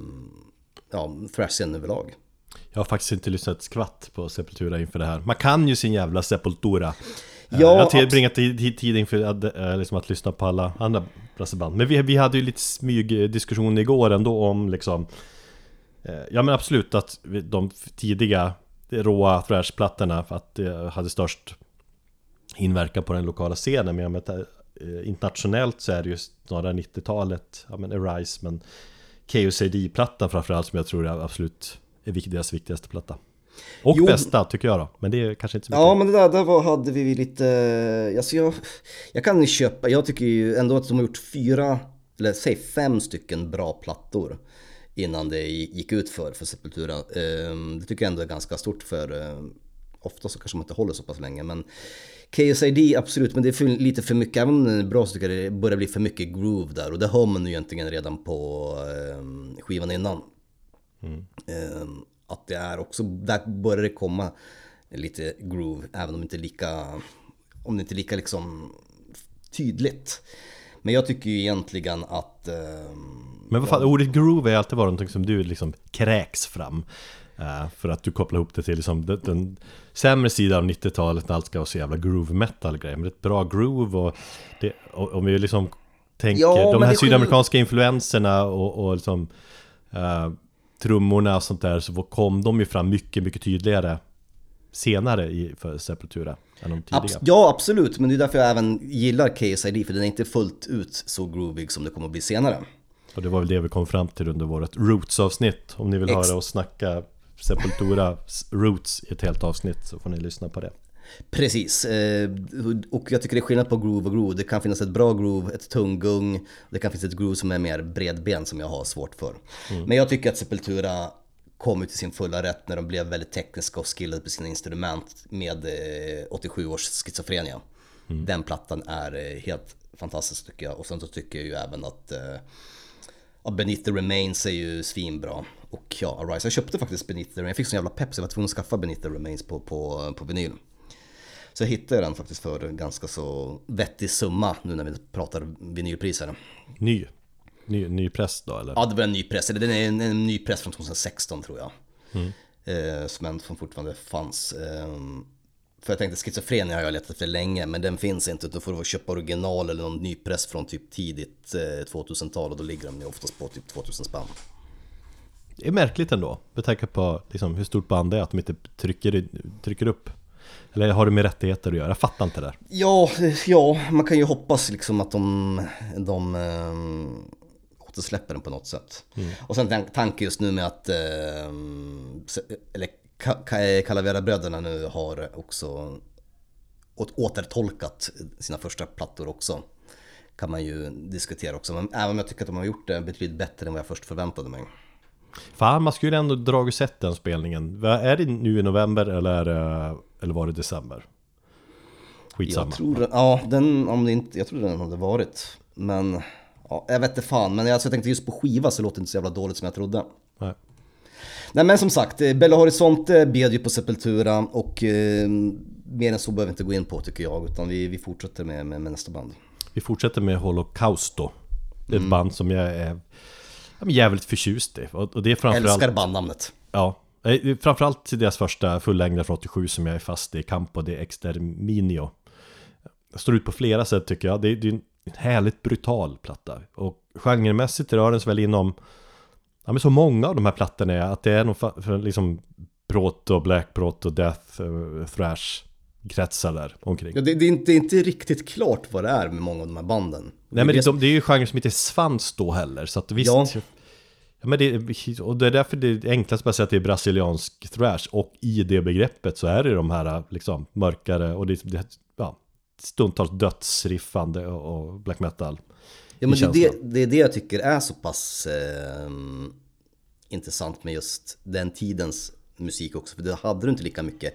ja, thrash-scenen överlag. Jag har faktiskt inte lyssnat ett skvatt på Sepultura inför det här. Man kan ju sin jävla Sepultura. Ja, jag har tillbringat tid, tid inför att, liksom att lyssna på alla andra brasseband. Men vi, vi hade ju lite smygdiskussion igår ändå om liksom, ja men absolut att de tidiga råa thrash-plattorna för att det hade störst inverkan på den lokala scenen. Men jag menar, internationellt så är det just snarare nittiotalet, ja men Arise, men K O C D-plattan framförallt som jag tror är absolut är deras viktigaste platta. Och jo, bästa tycker jag då, men det är kanske inte så mycket. Ja, men det där, där var, hade vi lite, alltså jag, jag kan köpa, jag tycker ju ändå att de har gjort fyra, eller säg fem stycken bra plattor innan det gick ut för, för Sepultura. Det tycker jag ändå är ganska stort för, ofta så kanske man inte håller så pass länge, men K S I D absolut, men det är för, lite för mycket, även om det är bra så tycker jag det börjar bli för mycket groove där, och det hör man ju egentligen redan på skivan innan. Mm. Att det är också, där börjar det komma lite groove, även om det inte är lika, om det inte är lika liksom tydligt. Men jag tycker ju egentligen att men vad fan, ja, ordet groove är alltid varit någonting som du liksom kräks fram uh, för att du kopplar ihop det till liksom den, den sämre sidan av nittiotalet när allt ska vara så jävla groove metal grej. Men det är ett bra groove och, det, och om vi liksom tänker ja, de här sydamerikanska sju... influenserna och, och liksom uh, trummorna och sånt där, så kom de ju fram mycket, mycket tydligare senare i, för Sepultura än de tidiga. Abs- ja, absolut, men det är därför jag även gillar K S I D, för den är inte fullt ut så groovig som det kommer att bli senare. Och det var väl det vi kom fram till under vårt Roots-avsnitt. Om ni vill Ex- höra oss snacka Sepultura Roots i ett helt avsnitt så får ni lyssna på det. Precis, och jag tycker det är skillnad på groove och groove. Det kan finnas ett bra groove, ett tunggung. Det kan finnas ett groove som är mer bredben som jag har svårt för. Mm. Men jag tycker att Sepultura kom ut i sin fulla rätt när de blev väldigt tekniska och skillade på sina instrument med åttiosju års schizofrenia. Mm. Den plattan är helt fantastisk tycker jag. Och sen så tycker jag ju även att ja, Beneath the Remains är ju svinbra. Och ja, Arise, jag köpte faktiskt Beneath the Remains. Jag fick sån jävla pepp så jag var tvungen att skaffa Beneath the Remains på, på, på vinyl. Så jag hittade den faktiskt för ganska så vettig summa nu när vi pratar vinylpriser. Ny? Ny, ny press då eller? Ja, det var en ny press. Det är en, en ny press från tjugohundrasexton tror jag. Mm. Eh, som, som fortfarande fanns. Eh, för jag tänkte schizofrenia har jag letat efter länge, men den finns inte. Då får du köpa original eller någon ny press från typ tidigt eh, tvåtusental och då ligger de oftast på typ tvåtusen spänn. Det är märkligt ändå. Med tanke på liksom, hur stort band det är att de inte trycker, trycker upp. Eller har det med rättigheter att göra? Jag fattar inte det där. Ja, ja, man kan ju hoppas liksom att de, de ähm, återsläpper den på något sätt. Mm. Och sen tank, tanke just nu med att ähm, eller Calavera-bröderna nu har också återtolkat sina första plattor också. Kan man ju diskutera också. Men även om jag tycker att de har gjort det betydligt bättre än vad jag först förväntade mig. Fan, man skulle ändå dra och sett den spelningen. Är det nu i november eller, eller var det december? Skitsamma. Jag tror, ja, den, om det inte, jag tror den hade varit. Men ja, jag vet inte fan. Men jag, så jag tänkte just på skiva så låter det inte så jävla dåligt som jag trodde. Nej. Nej men som sagt, Belo Horizonte bjöd ju på Sepultura. Och eh, mer än så behöver vi inte gå in på tycker jag. Utan vi, vi fortsätter med, med, med nästa band. Vi fortsätter med Holocausto. Det är ett mm. band som jag är... Jag är jävligt förtjust i. Och det är framförallt... Älskar bandnamnet. Ja, framförallt till deras första fullängdare från åttiosju som jag är fast i, Campo de Exterminio. Står ut på flera sätt tycker jag. Det är, det är en härligt brutal platta. Och genremässigt rör den sig väl inom, ja, men så många av de här plattorna är att det är nog för, för liksom proto, black proto, death, uh, thrash kretsar där omkring. Ja, det, det, är inte, det är inte riktigt klart vad det är med många av de här banden. Nej, men det, det, de, det är ju genre som inte svanns då heller, så att visst. Ja. Ja, men det, och det är därför det är enklast bara att säga att det är brasiliansk thrash, och i det begreppet så är det de här liksom mörkare och det, det ja, stundtals dödsriffande och, och black metal. Ja, men det, det, det är det jag tycker är så pass eh, intressant med just den tidens musik också, för det hade du inte lika mycket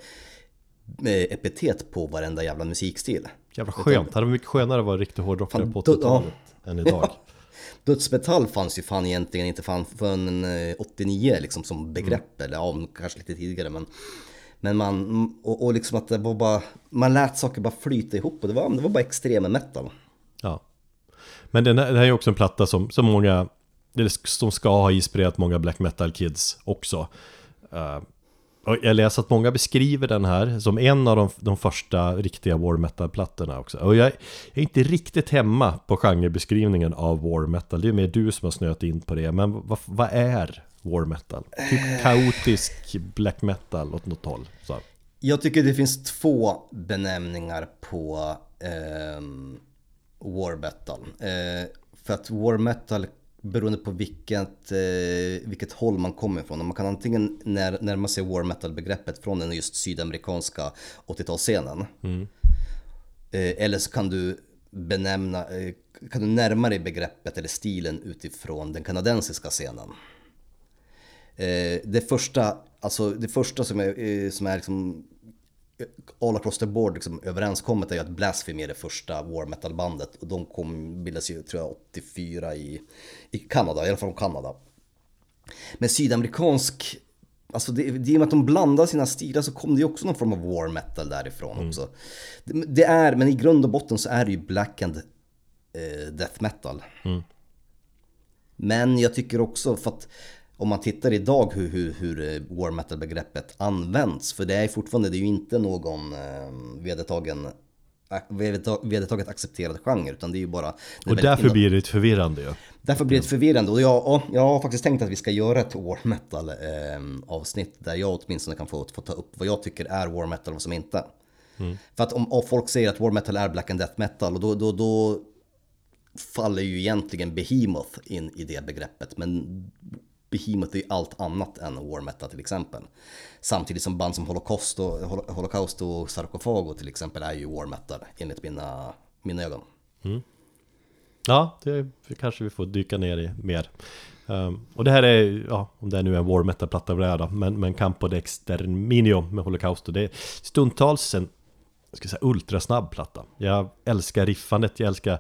epitet på varenda jävla musikstil. Jävla skönt, det hade mycket skönare att vara riktigt hårdrockare på åttiotalet ja. än idag. Dödsmetall fanns ju fan egentligen inte fan förrän åttionio liksom som begrepp, mm. eller ja, kanske lite tidigare, men men man och, och liksom att det var bara, man lät saker bara flyta ihop, och det var det var bara extrem metal. Ja. Men den här, det här är ju också en platta som som många som ska ha inspirerat många black metal kids också. Uh, och jag läser att många beskriver den här som en av de, de första riktiga war metal-plattorna också. Och jag, jag är inte riktigt hemma på genrebeskrivningen av war metal. Det är mer du som har snöat in på det. Men vad, vad är war metal? Typ kaotisk black metal åt något håll. Så. Jag tycker det finns två benämningar på eh, war metal. Eh, för att war metal, beroende på vilket, eh, vilket håll man kommer ifrån. Man kan antingen när, närma sig war metal-begreppet från den just sydamerikanska åttiotalsscenen. Mm. Eh, eller så kan du benämna, eh, kan du närma dig begreppet eller stilen utifrån den kanadensiska scenen. Eh, det första, alltså det första som är, eh, som är liksom all across the board liksom överenskommet är ju att Blasphemy är det första war metal bandet, och de kom bildas ju tror jag åttiofyra i, i Kanada, i alla fall från Kanada. Men sydamerikansk, alltså det, det är med att de blandar sina stilar, så kom det ju också någon form av war metal därifrån mm. också. Det, det är, men i grund och botten så är det ju black and eh, death metal. Mm. Men jag tycker också, för att om man tittar idag hur, hur, hur war metal-begreppet används, för det är fortfarande, det är ju inte någon eh, vedertagen, vedertaget accepterad genre, utan det är ju bara... Det och därför inom... blir det förvirrande ju. Ja. Därför blir det förvirrande, och jag, och jag har faktiskt tänkt att vi ska göra ett war metal eh, avsnitt där jag åtminstone kan få, få ta upp vad jag tycker är war metal och vad som inte. Mm. För att om, om folk säger att war metal är black and death metal, och då, då, då faller ju egentligen Behemoth in i det begreppet, men Behemoth är allt annat än war metal till exempel. Samtidigt som band som Holocaust och, Holocaust och Sarkofago till exempel är ju war metal enligt mina, mina ögon. Mm. Ja, det kanske vi får dyka ner i mer. Um, och det här är, ja, om det är nu en war metal-platta bräda, men, men Campo de Exterminio med Holocaust, och det är stundtals en, jag ska säga, ultrasnabb platta. Jag älskar riffandet, jag älskar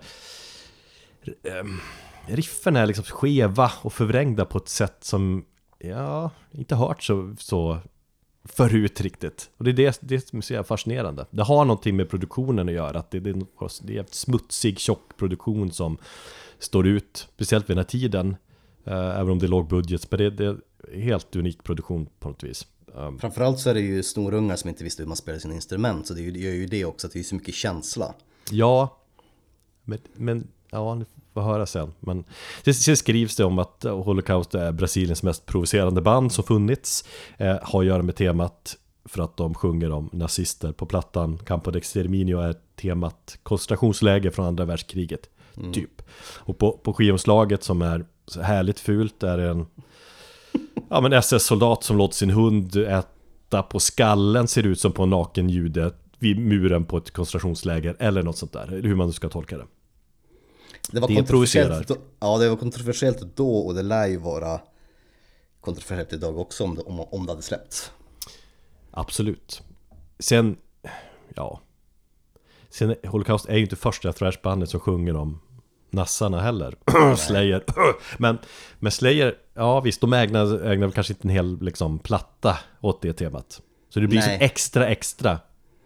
um, riffen är liksom skeva och förvrängda på ett sätt som jag inte hört så, så förut riktigt. Och det är det, det som är så fascinerande. Det har någonting med produktionen att göra. Att det, det, det är en smutsig, tjock produktion som står ut, speciellt vid den här tiden. Eh, även om det är låg budget. Men det, det är helt unik produktion på något vis. Um, Framförallt så är det ju snorungar som inte visste hur man spelar sina instrument. Så det gör ju det också, att det är så mycket känsla. Ja, men, men ja, ni får höra sen. Men sen skrivs det om att Holocaust är Brasiliens mest provocerande band som funnits. Eh, har att göra med temat för att de sjunger om nazister på plattan. Campo de Exterminio är temat koncentrationsläger från andra världskriget. Mm. Typ. Och på, på skivomslaget som är så härligt fult är det en ja, men S S-soldat som låter sin hund äta på skallen, ser ut som på en naken jude vid muren på ett koncentrationsläger eller något sånt där, hur man nu ska tolka det. Det var, det kontroversiellt då, ja, det var kontroversiellt då, och det lär ju vara kontroversiellt idag också om det, om, om det hade släppts. Absolut. Sen, ja sen Holocaust är ju inte första thrashbandet som sjunger om nassarna heller. Slayer. men, men Slayer, ja visst, de ägnar, ägnar kanske inte en hel liksom, platta åt det temat. Så det blir så extra extra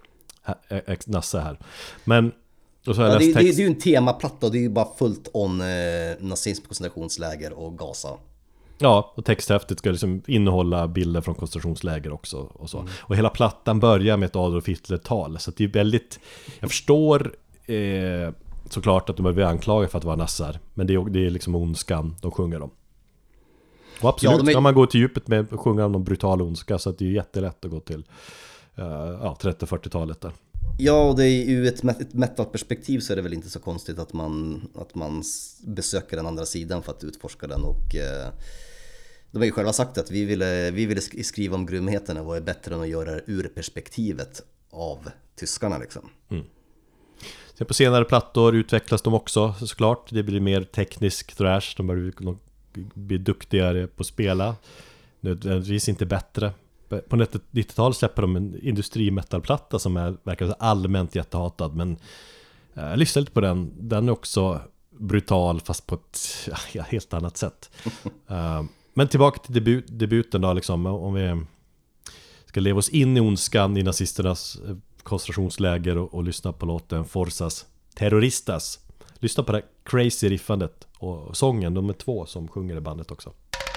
nassa här. Men och så ja, det, det, det är ju en temaplatta, och det är ju bara fullt on eh, nazism, koncentrationsläger och Gaza. Ja, och texthäftet ska liksom innehålla bilder från koncentrationsläger också och så. Mm. Och hela plattan börjar med ett Adolf Hitler-tal, så det är väldigt, jag förstår eh, såklart att de är anklagade för att vara nassar. Men det är, det är liksom ondskan de sjunger om. Och absolut, ja, är... kan man gå till djupet med att sjunga om någon brutal ondska. Så att det är jättelätt att gå till uh, ja, trettio-fyrtiotalet där. Ja, och det är ju ett, ett metal-perspektiv så är det väl inte så konstigt att man, att man besöker den andra sidan för att utforska den. Och uh, de har ju själva sagt att vi ville, vi ville skriva om grymheterna, vad är bättre än att göra det ur perspektivet av tyskarna liksom. Mm. Sen på senare plattor utvecklas de också såklart. Det blir mer teknisk thrash. De börjar bli duktigare på att spela. Nödvändigtvis inte bättre. På nittiotalet släpper de en industrimetalplatta som är, verkar allmänt jättehatad. Men jag lyssnade lite på den. Den är också brutal fast på ett ja, helt annat sätt. uh, men tillbaka till debut, debuten då liksom. Om vi ska leva oss in i ondskan i nazisternas koncentrationsläger och, och lyssna på låten Forzas Terroristas. Lyssna på det crazy riffandet och sången, de är två som sjunger i bandet också.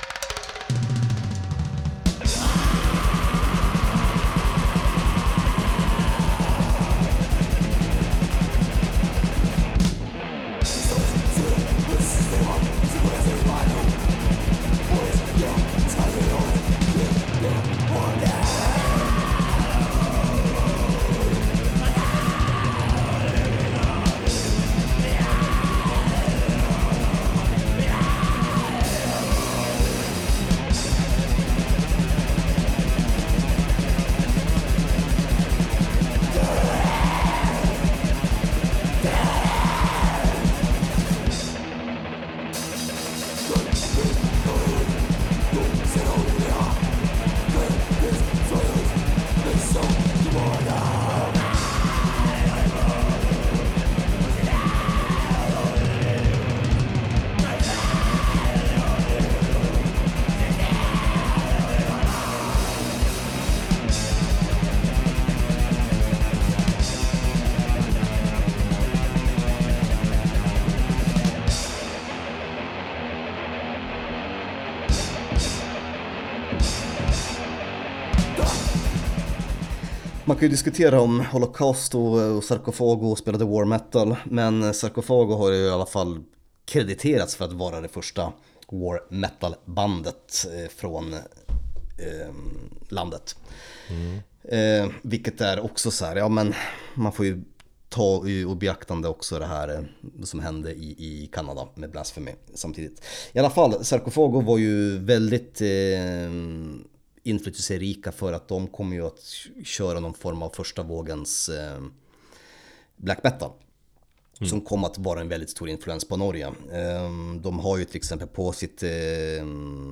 Man kan ju diskutera om Holocaust och Sarkofago spelade war metal, men Sarkofago har ju i alla fall krediterats för att vara det första war metal bandet från eh, landet. Mm. Eh, vilket är också så här, ja men man får ju ta och beaktande också det här som hände i, i Kanada med Blasphemy samtidigt. I alla fall, Sarkofago var ju väldigt eh, inflytelserika för att de kommer ju att köra någon form av första vågens eh, black metal. Mm. Som kom att vara en väldigt stor influens på Norge. Eh, de har ju till exempel på sitt eh,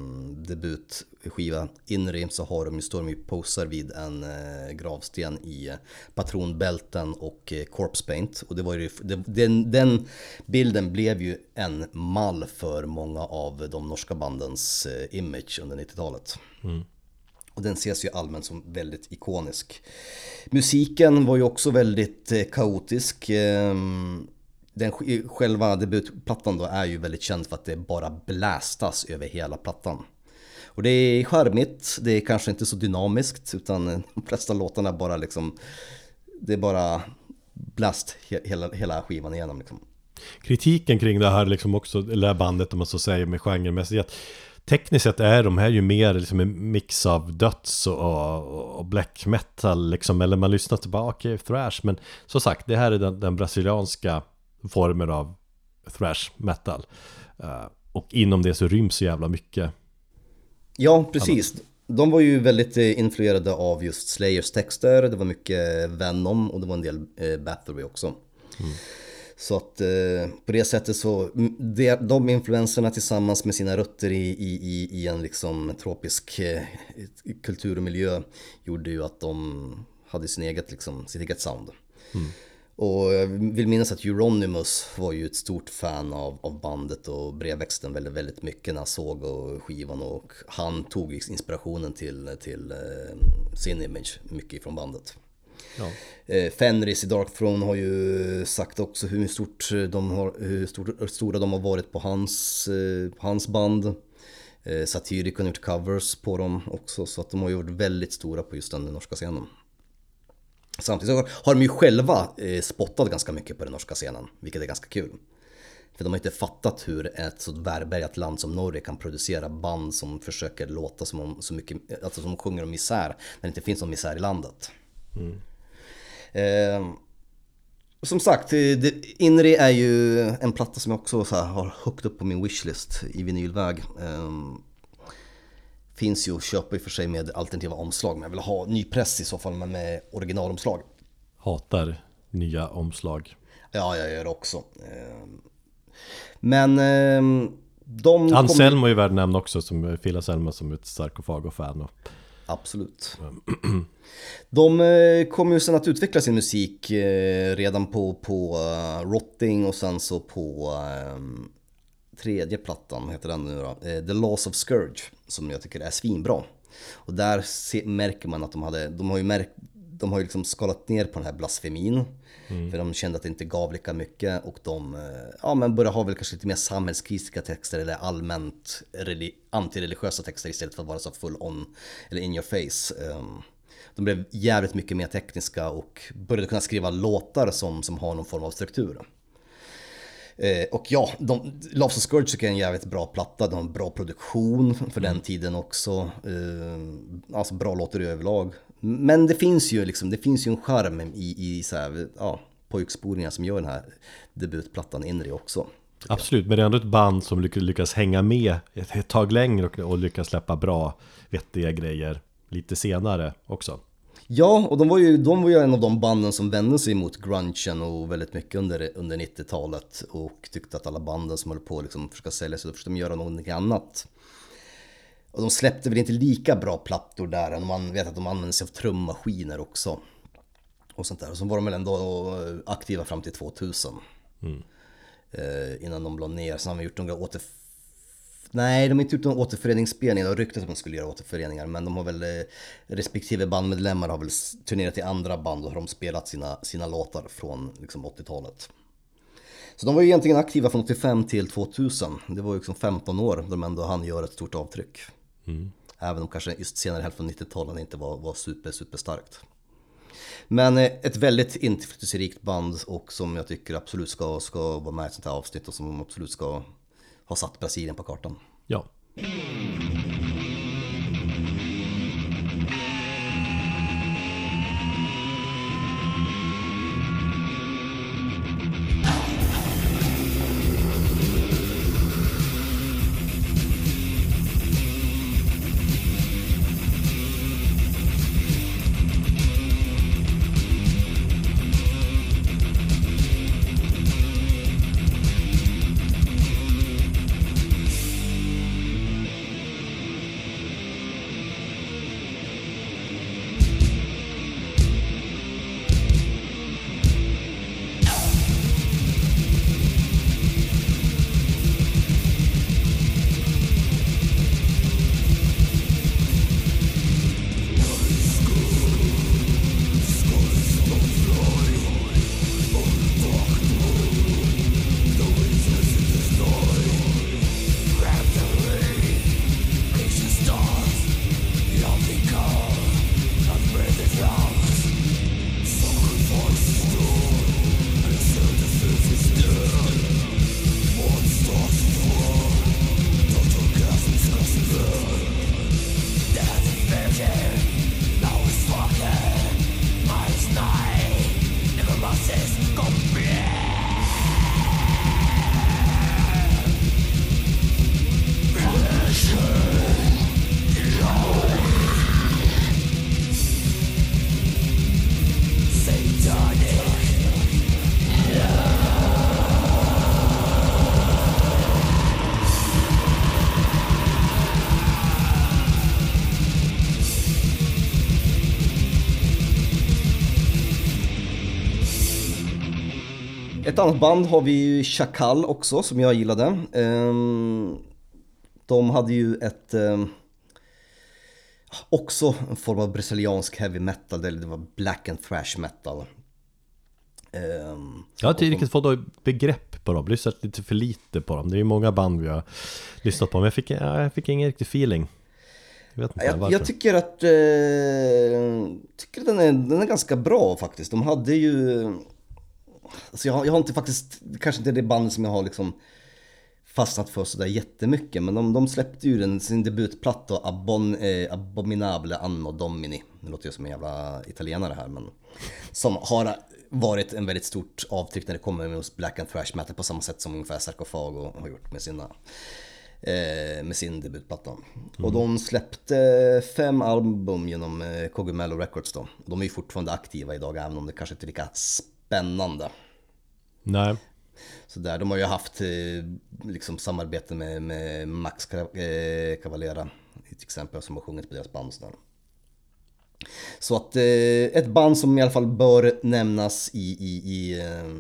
debutskiva Inri så har de ju, står de ju posar vid en eh, gravsten i patronbälten och eh, corpse paint. Och det var ju, det, den, den bilden blev ju en mall för många av de norska bandens eh, image under nittiotalet. Mm. Och den ses ju allmänt som väldigt ikonisk. Musiken var ju också väldigt eh, kaotisk. Den själva debutplattan då är ju väldigt känd för att det bara blästas över hela plattan. Och det är charmigt, det är kanske inte så dynamiskt utan de flesta låtarna bara liksom, det är bara blast hela, hela skivan igenom liksom. Kritiken kring det här liksom också, eller bandet om man så säger med genremässigt, tekniskt sett är de här ju mer liksom en mix av döds och, och black metal liksom, eller man lyssnar till bara okej, okay, thrash, men som sagt, det här är den, den brasilianska formen av thrash metal uh, och inom det så ryms så jävla mycket. Ja, precis. De var ju väldigt influerade av just Slayers texter, det var mycket Venom och det var en del eh, Bathory också. Mm. Så att eh, på det sättet så de, de influenserna tillsammans med sina rötter i, i, i en liksom tropisk eh, kultur och miljö gjorde ju att de hade sin eget, liksom, sitt eget sound. Mm. Och jag vill minnas att Euronymous var ju ett stort fan av, av bandet och brevväxten väldigt, väldigt mycket när han såg och skivan, och han tog inspirationen till, till eh, sin image mycket från bandet. Ja. Eh, Fenris i Dark Throne har ju sagt också hur, stort de har, hur stort, stora de har varit på hans, eh, på hans band. Eh, Satyricon har gjort covers på dem också, så att de har gjort väldigt stora på just den norska scenen. Samtidigt så har de ju själva eh, spottat ganska mycket på den norska scenen, vilket är ganska kul. För de har inte fattat hur ett så välbärgat land som Norge kan producera band som försöker låta som om så mycket, alltså som sjunger om misär när det inte finns någon misär i landet. Mm. Eh, som sagt, det, Inri är ju en platta som jag också så här, har högt upp på min wishlist i vinylväg. Eh, finns ju att köpa i och för sig med alternativa omslag, men jag vill ha ny press i så fall, men med originalomslag. Hatar nya omslag. Ja, jag gör det också. Eh, Men eh, de Anselmo kom... är ju värd namn också, som Phil Anselmo som är ett Sarkofago-fan. Och... Absolut. De eh, kommer ju sen att utveckla sin musik eh, redan på, på uh, Rotting och sen så på uh, tredje plattan, heter den nu då, uh, The Laws of Scourge, som jag tycker är svinbra. Och där se, märker man att de hade, de har ju märkt, de har ju liksom skalat ner på den här blasfemin. Mm. För de kände att det inte gav lika mycket och de ja, men började ha väl kanske lite mer samhällskritiska texter eller allmänt relig- antireligiösa texter istället för att vara så full on eller in your face. De blev jävligt mycket mer tekniska och började kunna skriva låtar som, som har någon form av struktur. Och ja, de, Laws of Scourge tycker jag är en jävligt bra platta. De har en bra produktion för den tiden också. Alltså bra låtar i överlag. Men det finns ju liksom, det finns ju en charm i, i så här, ja, pojkspolingar som gör den här debutplattan Inri också. Absolut, men det är ändå ett band som lyckas, lyckas hänga med ett, ett tag längre och, och lyckas släppa bra, vettiga grejer lite senare också. Ja, och de var ju, de var ju en av de banden som vände sig mot grungen och väldigt mycket under, under nittiotalet och tyckte att alla banden som höll på att liksom försöka sälja sig, då försökte de göra någonting annat. Och de släppte väl inte lika bra plattor där, man vet att de använde sig av trummaskiner också. Och sånt där. Och så var de väl ändå aktiva fram till tvåtusen. Mm. Eh, innan de la ner. Så har de gjort några återf... Nej, de har inte gjort någon återföreningsspelning. Det har ryktat att de skulle göra återföreningar. Men de har väl, eh, respektive bandmedlemmar har väl turnerat i andra band och har de spelat sina, sina låtar från liksom, åttiotalet. Så de var ju egentligen aktiva från åttiofem till tvåtusen. Det var ju liksom femton år då de ändå hann göra ett stort avtryck. Mm. Även om kanske just senare hälften av nittiotalet inte var, var super, super starkt. Men ett väldigt inflytelserikt band och som jag tycker absolut ska, ska vara med i ett sånt här avsnitt och som absolut ska ha satt Brasilien på kartan. Ja. Ett annat band har vi ju Chacal också som jag gillade. De hade ju ett också en form av brasiliansk heavy metal, eller det var black and thrash metal. Jag har inte riktigt fått begrepp på dem, lyssnat lite för lite på dem. Det är ju många band vi har lyssnat på, men jag fick, jag fick ingen riktig feeling. Jag, vet inte jag, jag tycker att eh, tycker den, är, den är ganska bra faktiskt. De hade ju... Alltså jag, jag har inte faktiskt, kanske inte det bandet som jag har liksom fastnat för sådär jättemycket. Men de, de släppte ju den, sin debutplatta Abon, eh, Abominable Anno Domini. Det låter ju som en jävla italienare här, men som har varit en väldigt stort avtryck när det kommer med Black and Thrash Metal, på samma sätt som ungefär Sarkofago har gjort med sina eh, med sin debutplatta. Mm. Och de släppte fem album genom eh, Cogumelo Records då. De är ju fortfarande aktiva idag, även om det kanske inte är lika spännande. Nej. Så där, de har ju haft liksom samarbete med, med Max Cavalera till exempel, som har sjungit på deras band. Så, där. Så att eh, ett band som i alla fall bör nämnas i, i, i eh,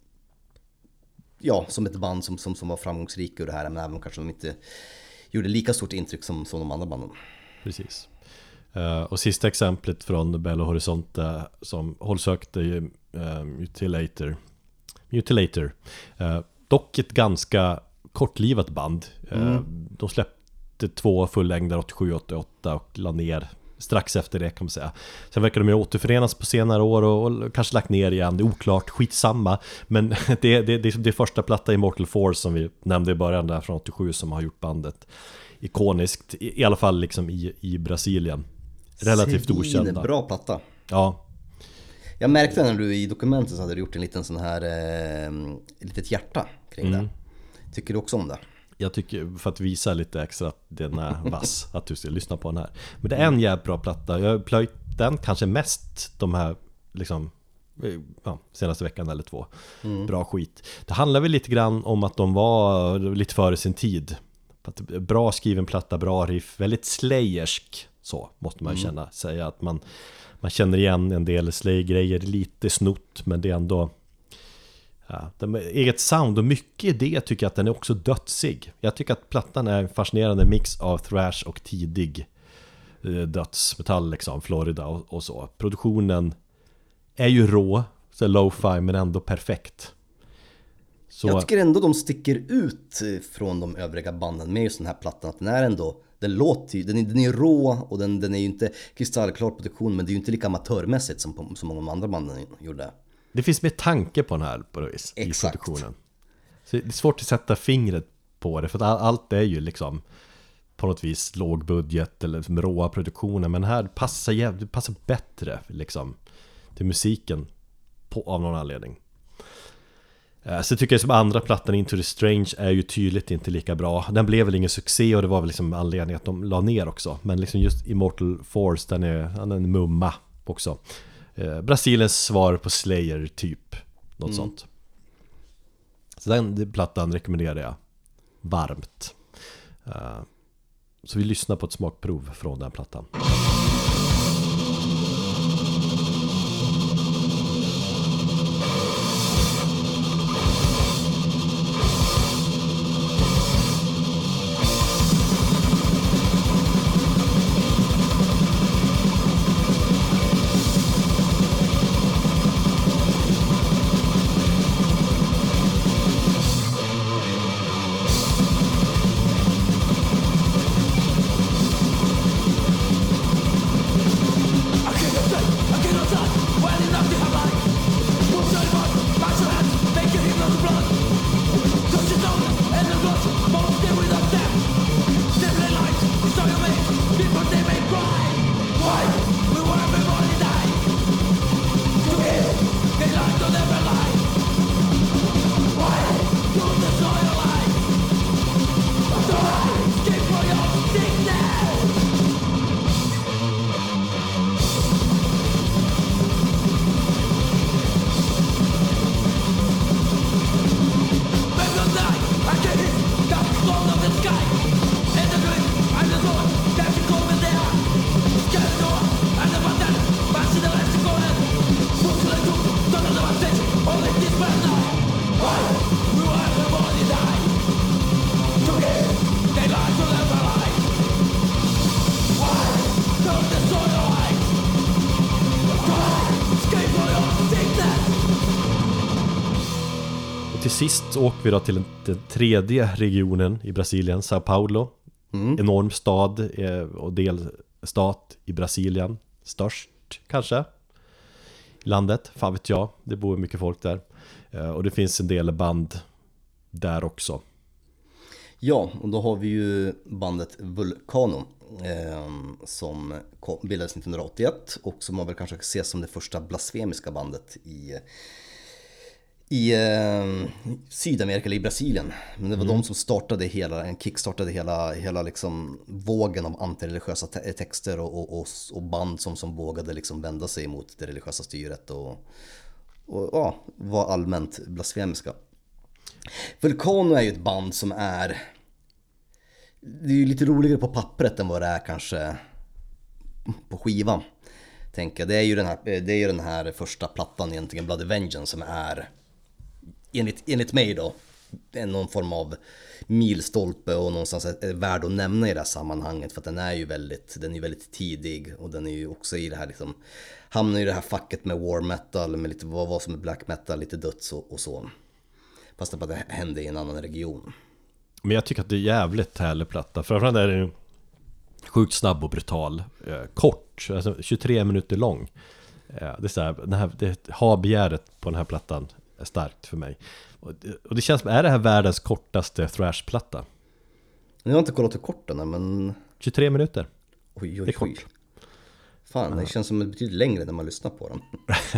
ja, som ett band som, som, som var framgångsrik ur det här, men även om kanske de inte gjorde lika stort intryck som, som de andra banden. Precis. Uh, och sista exemplet från Belo Horizonte som hållsökte uh, Mutilator. Mutilator. Uh, dock ett ganska kortlivat band. Uh, mm. De släppte två fullängder åttiosju åttioåtta och la ner strax efter det, kan man säga. Sen verkar de ju återförenas på senare år och, och kanske lagt ner igen. Det är oklart, skitsamma. Men det, det, det, det är första platta Immortal Force som vi nämnde i början där från åttiosju som har gjort bandet ikoniskt. I, i alla fall liksom i, i Brasilien. Relativt Sevin, okända. Bra platta. Ja. Jag märkte när du i dokumentet så hade du gjort en liten sån här eh, litet hjärta kring mm. det. Tycker du också om det? Jag tycker, för att visa lite extra att den är vass, att du ska lyssna på den här. Men det är en jävla bra platta. Jag har plöjt den kanske mest de här liksom, ja, senaste veckan eller två. Mm. Bra skit. Det handlar väl lite grann om att de var lite före sin tid. Bra skriven platta, bra riff, väldigt slayersk. Så måste man ju känna, mm. säga att man, man känner igen en del Slay-grejer, lite snott, men det är ändå ja, de eget sound och mycket i det tycker jag att den är också dödsig. Jag tycker att plattan är en fascinerande mix av thrash och tidig eh, dödsmetall liksom, Florida och, och så. Produktionen är ju rå, så lo-fi, men ändå perfekt. Så... Jag tycker ändå de sticker ut från de övriga banden med just den här plattan, att den är ändå, den låter ju, den är, den är rå och den, den är ju inte kristallklar produktion, men det är ju inte lika amatörmässigt som, på, som många av de andra banden gjorde. Det finns mer tanke på den här på det vis, i produktionen. Så det är svårt att sätta fingret på det, för att allt är ju liksom på något vis låg budget eller råa produktioner, men här passar jävligt, passar bättre liksom till musiken på, av någon anledning. Så tycker jag som andra plattan Into the Strange är ju tydligt inte lika bra. Den blev väl ingen succé och det var väl liksom anledningen att de la ner också. Men liksom just Immortal Force, den är, den är en mumma också. Eh, Brasiliens svar på Slayer typ. Något mm. sånt. Så den plattan rekommenderar jag varmt. Eh, så vi lyssnar på ett smakprov från den plattan. Till sist åker vi då till den, den tredje regionen i Brasilien, São Paulo. Mm. Enorm stad eh, och delstat i Brasilien. Störst kanske i landet, fan vet jag. Det bor mycket folk där. eh, Och det finns en del band där också. Ja, och då har vi ju bandet Vulcano eh, som kom, bildades nittonhundraåttioett och som man väl kanske ses som det första blasfemiska bandet i, i eh, Sydamerika eller i Brasilien. Men det var mm. de som startade hela, kickstartade hela, hela liksom vågen av antireligiösa te- texter och, och, och, och band som, som vågade liksom vända sig mot det religiösa styret och, och ja, var allmänt blasfemiska. Vulcano är ju ett band som är, det är ju lite roligare på pappret än vad det är kanske på skivan, tänker jag. Det är ju den här, det är ju den här första plattan egentligen, Bloody Vengeance, som är enligt, enligt mig då någon form av milstolpe och någonstans är värd att nämna i det här sammanhanget, för att den är ju väldigt, den är väldigt tidig och den är ju också i det här liksom, hamnar i det här facket med war metal, med lite vad, vad som är black metal, lite döds och, och så. Fast det bara hände i en annan region. Men jag tycker att det är jävligt härlig platta. Framförallt är den sjukt snabb och brutal. eh, Kort, alltså tjugotre minuter lång. eh, Det är så här, den här, det har begäret på den här plattan är starkt för mig. Och det, och det känns som, är det här världens kortaste thrash-platta? Jag har inte kollat hur kort den är, men tjugotre minuter. Oj, oj, det är oj. kort. Fan, det känns som betydligt längre när man lyssnar på den.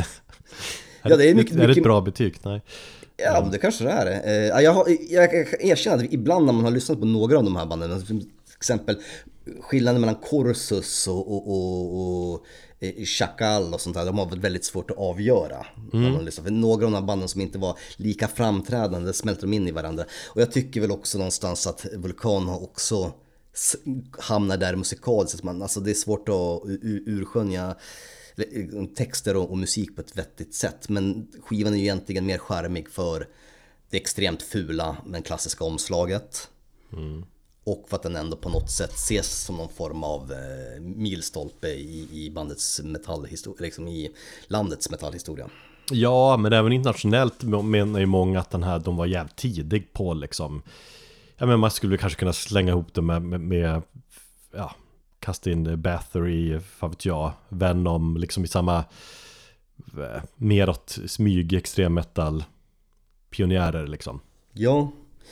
Ja, det är, mycket, är det mycket... ett bra betyg? Nej. Ja, men det kanske det är. Jag, har, jag kan erkänna att ibland när man har lyssnat på några av de här banden, till exempel skillnaden mellan Corsus och, och, och, och Chacal och sånt där, de har varit väldigt svårt att avgöra. Mm. För några av de här banden som inte var lika framträdande smälter de in i varandra. Och jag tycker väl också någonstans att Vulcan har också hamnar där musikaliskt. Alltså det är svårt att urskönja texter och, och musik på ett vettigt sätt, men skivan är ju egentligen mer charmig för det extremt fula men klassiska omslaget. Mm. Och för att den ändå på något sätt ses som någon form av eh, milstolpe i, i bandets metallhistoria, liksom i landets metallhistoria. Ja, men även internationellt menar ju många att den här, de var jävligt tidig på liksom, ja, men man skulle kanske kunna slänga ihop det med, med, med ja, kasta in Bathory, vad vet jag, Venom, liksom i samma mer åt smyg, extrem metal pionjärer liksom. Ja,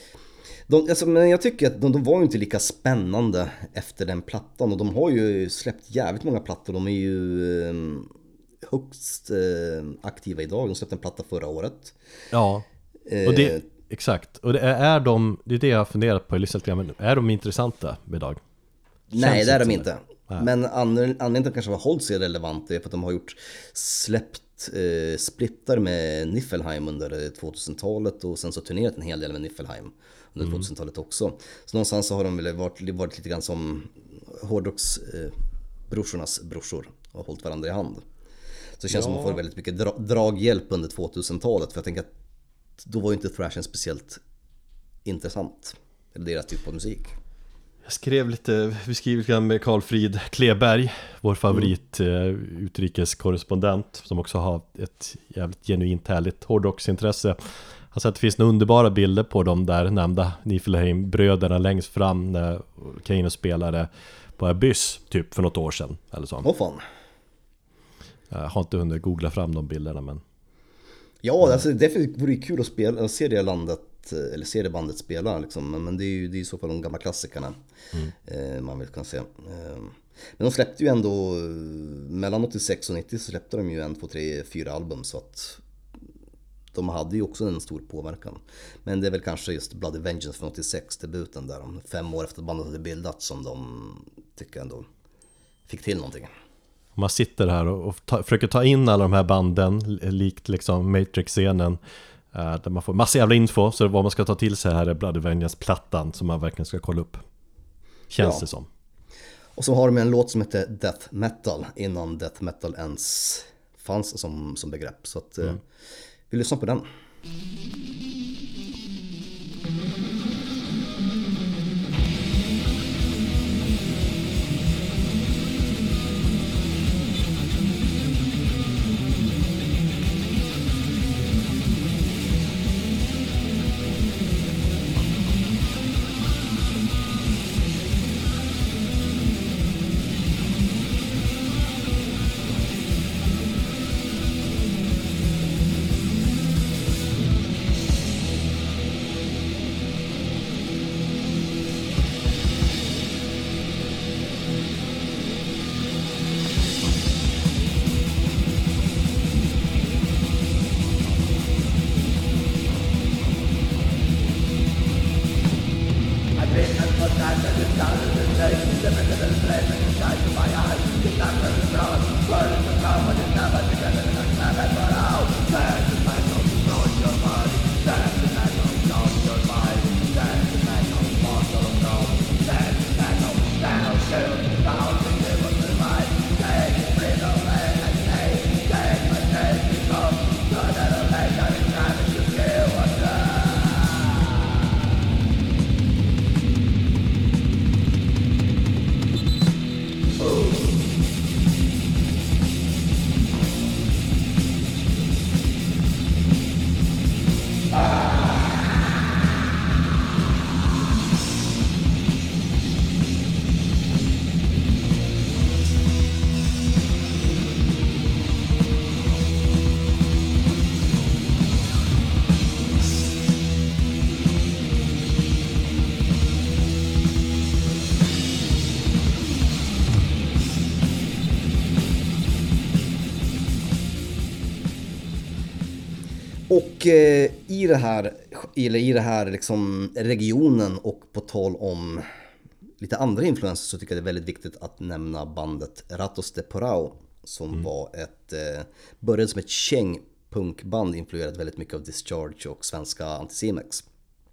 de, alltså, men jag tycker att de, de var ju inte lika spännande efter den plattan, och de har ju släppt jävligt många plattor. De är ju eh, högst eh, aktiva idag. De släppte en platta förra året. Ja, och det, exakt. Och det är, är de, det är det jag har funderat på i listan, är de intressanta idag? Nej, det är de inte. Nej. Men anledningen till kanske har hållit sig relevant är för att de har gjort släppt eh, splittar med Niflheim under tvåtusentalet och sen så turnerat en hel del med Niflheim under mm. tvåtusentalet också. Så någonstans så har de väl varit, varit lite grann som hårdrocks eh, brorsornas brorsor och hållit varandra i hand. Så det känns ja. som att man får väldigt mycket dra- draghjälp under tvåtusentalet, för jag tänker att då var ju inte thrashen speciellt intressant, eller deras typ av musik. Jag skrev lite, vi skrev lite med Carl Frid Kleberg, vår favorit mm. eh, utrikeskorrespondent, som också har ett jävligt genuint härligt hårdrocksintresse. Han sa att det finns några underbara bilder på de där nämnda Niflheim-bröderna längst fram när Kane spelade på Abyss typ för något år sedan eller så. Åh fan. Jag har inte hunnit googla fram de bilderna, men ja, alltså det vore kul att spela, att se det landet eller se det bandet spela liksom. Men det är ju det är i så fall de gamla klassikerna mm. eh, man vill kunna se. Eh, men de släppte ju ändå mellan åttiosex och nittio så släppte de ju en, två, tre, fyra album, så att de hade ju också en stor påverkan. Men det är väl kanske just Bloody Vengeance från åttiosex, debuten där, fem år efter bandet hade bildats, som de tycker ändå fick till någonting. Man sitter här och ta, försöker ta in alla de här banden likt liksom Matrix-scenen, där man får massa jävla info, så vad man ska ta till sig här är Bloody Vengeance-plattan som man verkligen ska kolla upp, känns ja. det som. Och så har de en låt som heter Death Metal innan Death Metal ens fanns som, som begrepp, så att mm. vi lyssnar på den. Och eh, i det här, eller i det här liksom regionen och på tal om lite andra influenser så tycker jag det är väldigt viktigt att nämna bandet Ratos de Porão som mm. var ett, eh, började som ett kängpunkband influerat väldigt mycket av Discharge och svenska Anticimex.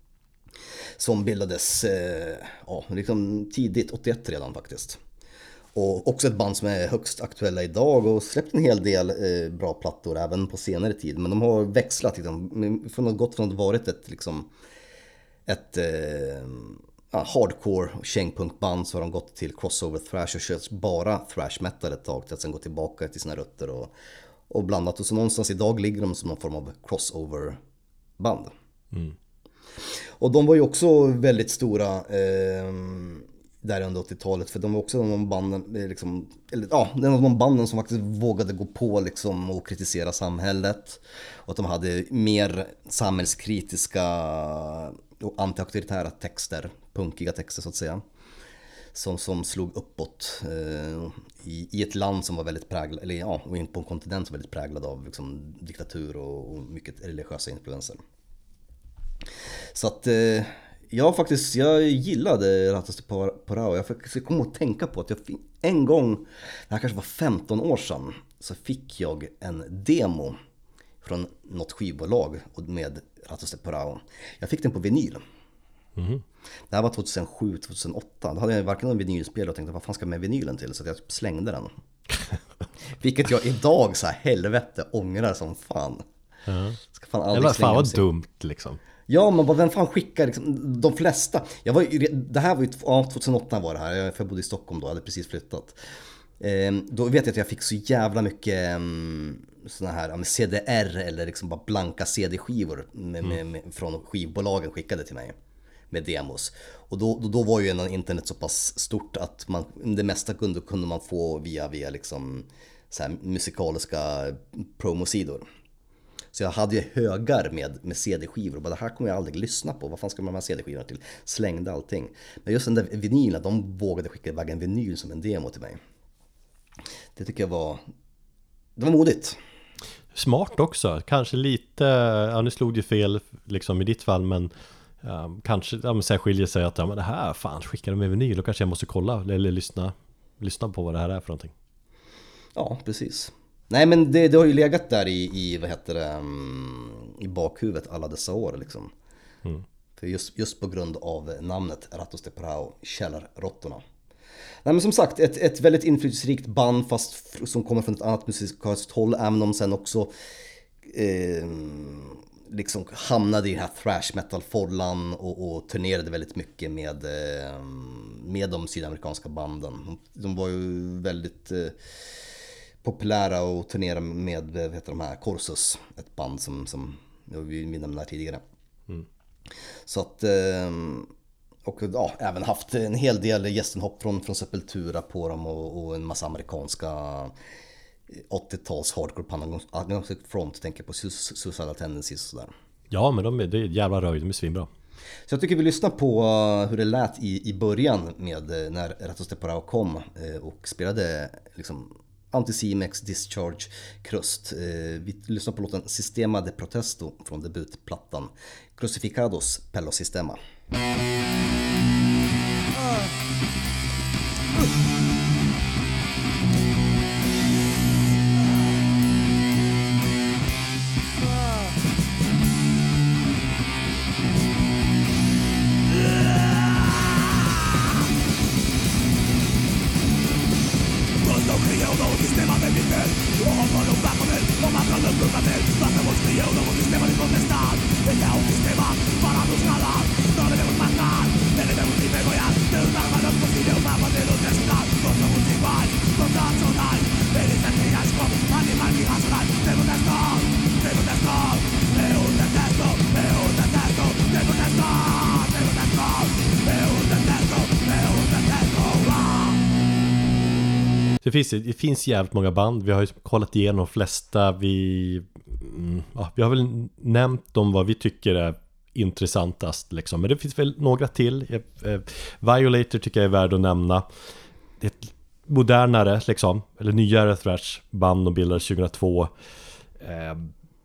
Som bildades eh, ja, liksom tidigt, åttioett redan faktiskt. Och också ett band som är högst aktuella idag och släppt en hel del eh, bra plattor även på senare tid. Men de har växlat, liksom, från att gått från att varit ett, liksom, ett eh, ja, hardcore kängpunkband så har de gått till crossover thrash och kört bara thrash metal ett tag till att sen gå tillbaka till sina rötter och, och blandat. Och så någonstans idag ligger de som någon form av crossover band. Mm. Och de var ju också väldigt stora eh, där under åttiotalet för de var också de banden liksom, eller, ja, det var de banden som faktiskt vågade gå på liksom, och kritisera samhället och att de hade mer samhällskritiska och anti-auktoritära texter, punkiga texter så att säga, som, som slog uppåt eh, i, i ett land som var väldigt präglad, eller ja, och in på en kontinent som var väldigt präglad av liksom, diktatur och, och mycket religiösa influenser. Så att eh, jag faktiskt, jag gillade Ratos de Porão. Jag fick komma att tänka på att jag fick, en gång, det här kanske var femton år sedan, så fick jag en demo från något skivbolag med Ratos de Porão. Jag fick den på vinyl. Mm. Det här var tjugohundrasju tjugohundraåtta. Då hade jag varken någon vinylspel och tänkte vad fan ska jag med vinylen till? Så jag slängde den. Vilket jag idag så här helvete ångrar som fan. Ja. Ska fan aldrig Eller fan vad sin... dumt liksom. Ja, men vem fan skickar liksom, de flesta. Jag var ju, det här var ju, ja, tjugohundraåtta var det här. Jag bodde i Stockholm då, jag hade precis flyttat. Eh, då vet jag att jag fick så jävla mycket um, såna här um, C D R eller liksom bara blanka C D-skivor med, mm. med, med, från skivbolagen skickade till mig med demos. Och då, då, då var ju internet så pass stort att man, det mesta kunde, kunde man få via, via liksom, så här, musikaliska promosidor. Så jag hade ju högar med, med C D-skivor och bara det här kommer jag aldrig lyssna på. Vad fan ska man med C D-skivorna till? Slängde allting. Men just den där vinylen, de vågade skicka iväg en vinyl som en demo till mig. Det tycker jag var, det var modigt. Smart också, kanske lite, ja nu slog det fel liksom i ditt fall, men ja, kanske ja, men så här skiljer sig att ja, men det här, fan skickar de med vinyl och kanske jag måste kolla eller lyssna, lyssna på vad det här är för någonting. Ja, precis. Nej men det, det har ju legat där i, i vad heter det, um, i bakhuvudet alla dessa år liksom. Mm. För just, just på grund av namnet Ratos de Porão, Källarråttorna. Nej men som sagt, ett, ett väldigt inflytelserikt band fast som kommer från ett annat musikaliskt håll, även om sen också eh, liksom hamnade i den här thrash metal-follan och, och turnerade väldigt mycket med, eh, med de sydamerikanska banden. De, de var ju väldigt eh, populära och turnera med, vad heter de här, Corsus, ett band som, som vi nämnde tidigare. Mm. Så att, och ja, även haft en hel del gästenhopp från, från Sepultura på dem och, och en massa amerikanska åttio-tals hardcore på Agnostic Front, tänker på Suicidal Tendencies och sådär. Ja, men de är, det är jävla röj, de är svinbra. Så jag tycker vi lyssnar på hur det lät i, i början med när Ratos de Porão kom och spelade liksom Anticimex, Discharge, Krust. Vi lyssnar på låten Sistema de Protesto från debutplattan Crucificados Pello Sistema. Det finns, det finns jävligt många band. Vi har ju kollat igenom de flesta. Vi, mm, ja, vi har väl nämnt om vad vi tycker är intressantast liksom. Men det finns väl några till. eh, Violator tycker jag är värd att nämna. Det är ett modernare liksom, eller nyare thrash band och bildades tjugohundratvå. eh,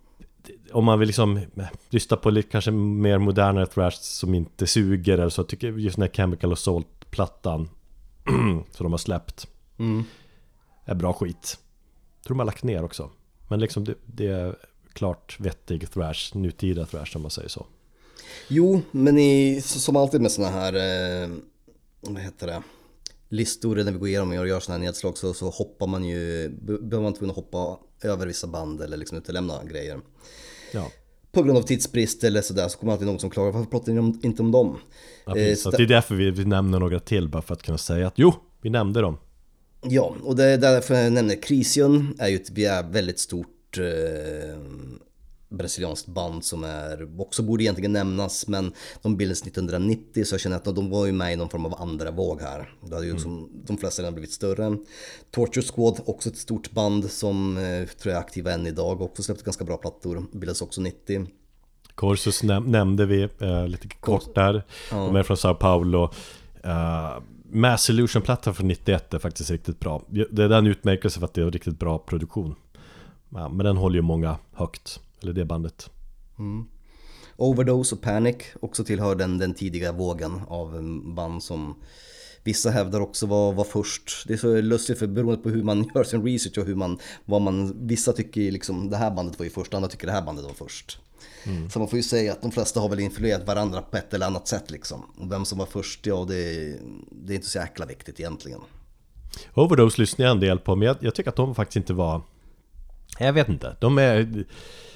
om man vill liksom lyssna på lite kanske mer modernare thrash som inte suger eller så, jag tycker just den här Chemical Assault-plattan som de har släppt mm. är bra skit. Jag tror de har lagt ner också. Men liksom det, det är klart vettig thrash, nutida thrash om man säger så. Jo, men i, som alltid med såna här eh, vad heter det, listor när vi går igenom och gör såna här nedslag, så, så hoppar man ju, behöver man inte hoppa över vissa band eller liksom utelämna grejer. Ja. På grund av tidsbrist eller sådär, så kommer alltid någon som klagar, varför pratar ni om, inte om dem? Ja, eh, så det är därför vi, vi nämner några till, bara för att kunna säga att jo, vi nämnde dem. Ja, och det är därför jag nämner Crisium, är ju ett vi är väldigt stort eh, brasilianskt band som är, också borde egentligen nämnas, men de bildades nittonhundranittio, så jag känner att de var ju med i någon form av andra våg här. Det hade ju mm. som, de flesta redan blivit större. Torture Squad, också ett stort band som eh, tror jag är aktiva än idag, också släppte ganska bra plattor, bildades också nittio. Corsus näm- nämnde vi eh, lite kort där, ja. De är från Sao Paulo. uh, Mass Illusion-plattan från nittioett är faktiskt riktigt bra. Det är den utmärkelse för att det är riktigt bra produktion, ja, men den håller ju många högt, eller det bandet. mm. Overdose och Panic också tillhör den, den tidiga vågen av band som vissa hävdar också var, var först. Det är så lustigt, för beroende på hur man gör sin research och hur man, vad man, vissa tycker liksom det här bandet var ju först, andra tycker det här bandet var först. Mm. Så man får ju säga att de flesta har väl influerat varandra på ett eller annat sätt liksom. Och vem som var först, ja det, det är inte så jäkla viktigt egentligen. Overdose lyssnar jag en del på, men jag, jag tycker att de faktiskt inte var, jag vet inte, de är,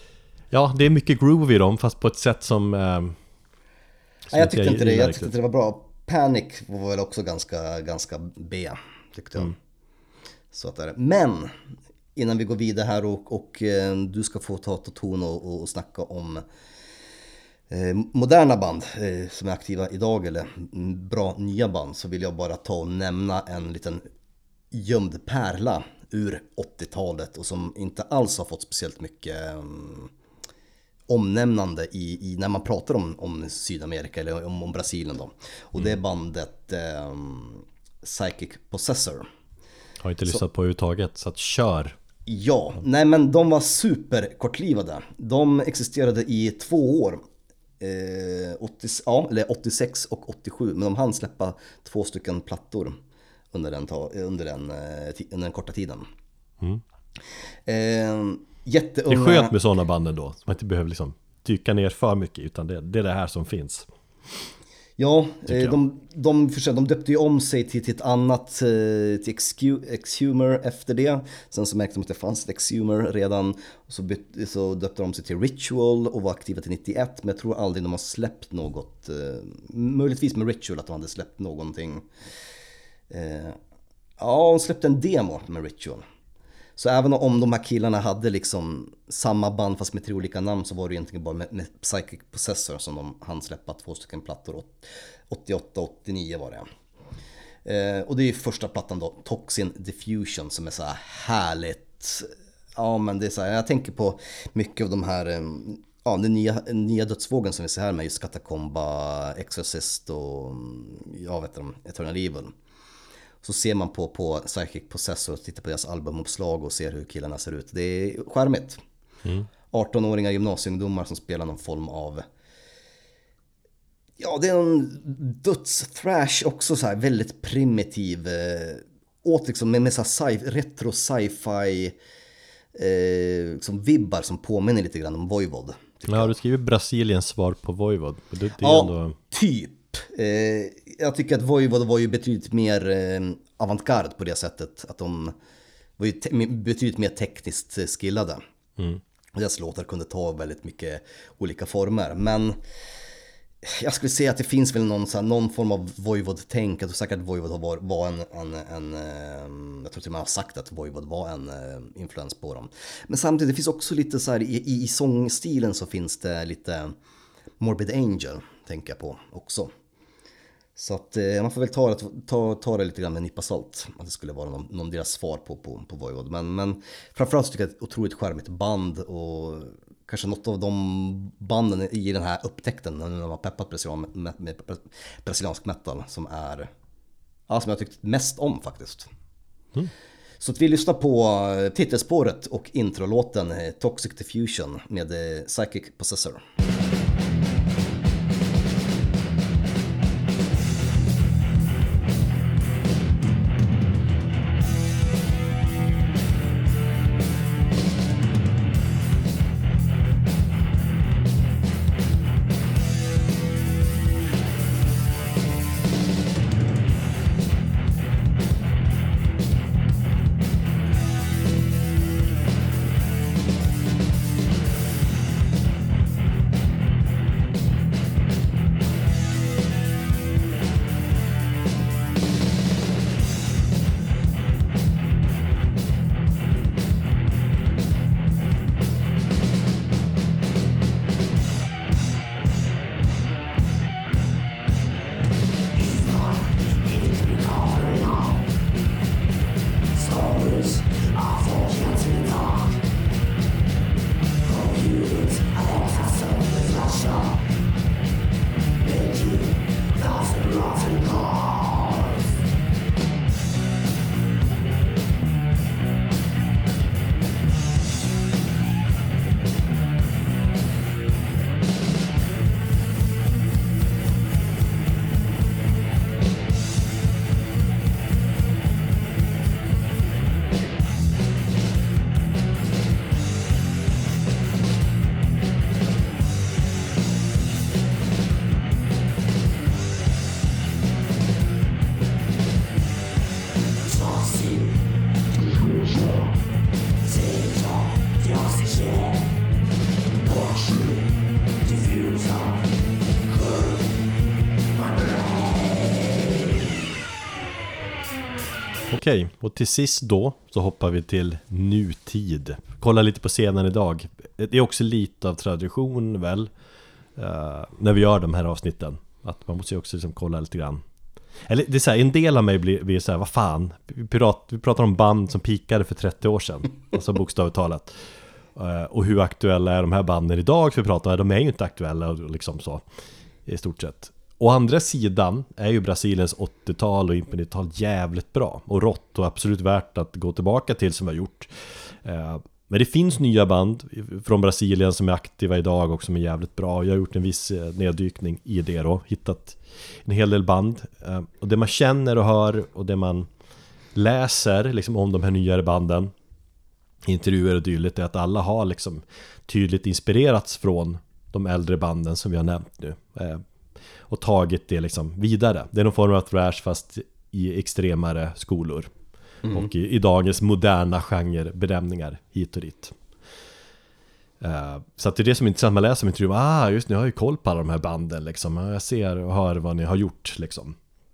ja det är mycket groove i dem, fast på ett sätt som, eh, som Nej, jag tyckte jag, inte det, jag tyckte inte det var bra. Panic var väl också ganska, ganska B, tyckte jag. Mm. Så att det är. Men innan vi går vidare här och, och eh, du ska få ta ton och, och, och snacka om eh, moderna band eh, som är aktiva idag, eller bra nya band, så vill jag bara ta och nämna en liten gömd pärla ur åttiotalet och som inte alls har fått speciellt mycket um, omnämnande i, i, när man pratar om, om Sydamerika eller om, om Brasilien då. Och mm. det är bandet um, Psychic Possessor. Har inte lyssnat så, på överhuvudtaget, så att kör. Ja, nej men de var superkortlivade. De existerade i två år. Eh, åttio, ja, eller åttiosex och åttiosju, men de hann släppa två stycken plattor under den, under den, under den korta tiden. Mm. Eh, jätteunga... Det är skönt med sådana banden då, så man inte behöver liksom dyka ner för mycket, utan det, det är det här som finns. Ja, eh, de, de, för sig, de döpte ju om sig till, till ett annat, till Exhumer efter det. Sen så märkte de att det fanns ett Exhumer redan, och så, byt, så döpte de sig till Ritual och var aktiva till nittioett, men jag tror aldrig de har släppt något, eh, möjligtvis med Ritual att de hade släppt någonting. Eh, ja, de släppte en demo med Ritual. Så även om de här killarna hade liksom samma band fast med tre olika namn, så var det egentligen bara med, med Psychic Possessor som de hann släppa två stycken plattor. åttioåtta åttionio var det. Eh, och det är ju första plattan då, Toxin Diffusion, som är så här härligt. Ja, men det är så här, jag tänker på mycket av de här, ja, den nya, nya dödsvågen som vi ser här med just Catacomba, Exorcist och jag vet inte, Eternal Evil. Så ser man på, på Psychic Possessor och tittar på deras albumomslag och ser hur killarna ser ut. Det är charmigt. Mm. arton-åringar gymnasieungdomar som spelar någon form av, ja, det är en döds-thrash också, så här väldigt primitiv, eh, åt liksom med, med så här sci- retro sci-fi eh, liksom vibbar som påminner lite grann om Voivod. Ja, du skriver Brasiliens svar på Voivod. Det, det är ja, ändå... typ. Eh, jag tycker att Voivod var ju betydligt mer eh, avantgarde på det sättet, att de var ju te- betydligt mer tekniskt skillade. Mm. Och deras låtar kunde ta väldigt mycket olika former, men jag skulle säga att det finns väl någon, så här, någon form av Voivod-tänk. Jag tror säkert att Voivod var, var en, en, en, en jag tror till och med har sagt att Voivod var en uh, influens på dem. Men samtidigt, det finns också lite så här, i, i, i sångstilen så finns det lite Morbid Angel, tänker jag på också. Så att eh, man får väl ta, ta, ta det lite grann med en nypa salt, att det skulle vara någon, någon deras svar på, på, på Voivod. Men, men framförallt så tycker jag att det är ett otroligt charmigt band, och kanske något av de banden i den här upptäckten när man har peppat brasilian, med, med brasiliansk metal som är, ja, som jag tyckt mest om faktiskt. Mm. Så att vi lyssnar på titelspåret och introlåten Toxic Diffusion med Psychic Possessor. Okej, och till sist då så hoppar vi till nutid. Kolla lite på scenen idag. Det är också lite av tradition väl uh, när vi gör de här avsnitten. Att man måste ju också liksom kolla lite grann. Eller det är så här, en del av mig blir, blir så här, vad fan? Vi pratar, vi pratar om band som pikade för trettio år sedan. Alltså bokstavligt talat. Uh, och hur aktuella är de här banden idag? För vi pratar, de är ju inte aktuella liksom så i stort sett. Å andra sidan är ju Brasiliens åttiotal och in på nittiotal jävligt bra och rått och absolut värt att gå tillbaka till som vi har gjort. Men det finns nya band från Brasilien som är aktiva idag och som är jävligt bra. Jag har gjort en viss neddykning i det då, hittat en hel del band. Och det man känner och hör och det man läser liksom om de här nyare banden, intervjuer och dylikt, är att alla har liksom tydligt inspirerats från de äldre banden som vi har nämnt nu. Och tagit det liksom vidare. Det är någon form av thrash fast i extremare skolor. Mm. Och i, i dagens moderna genrebenämningar hit och dit. Uh, så att det är det som är intressant. Man läser om intervjuer. Ah, just nu har jag ju koll på alla de här banden liksom. Jag ser och hör vad ni har gjort liksom.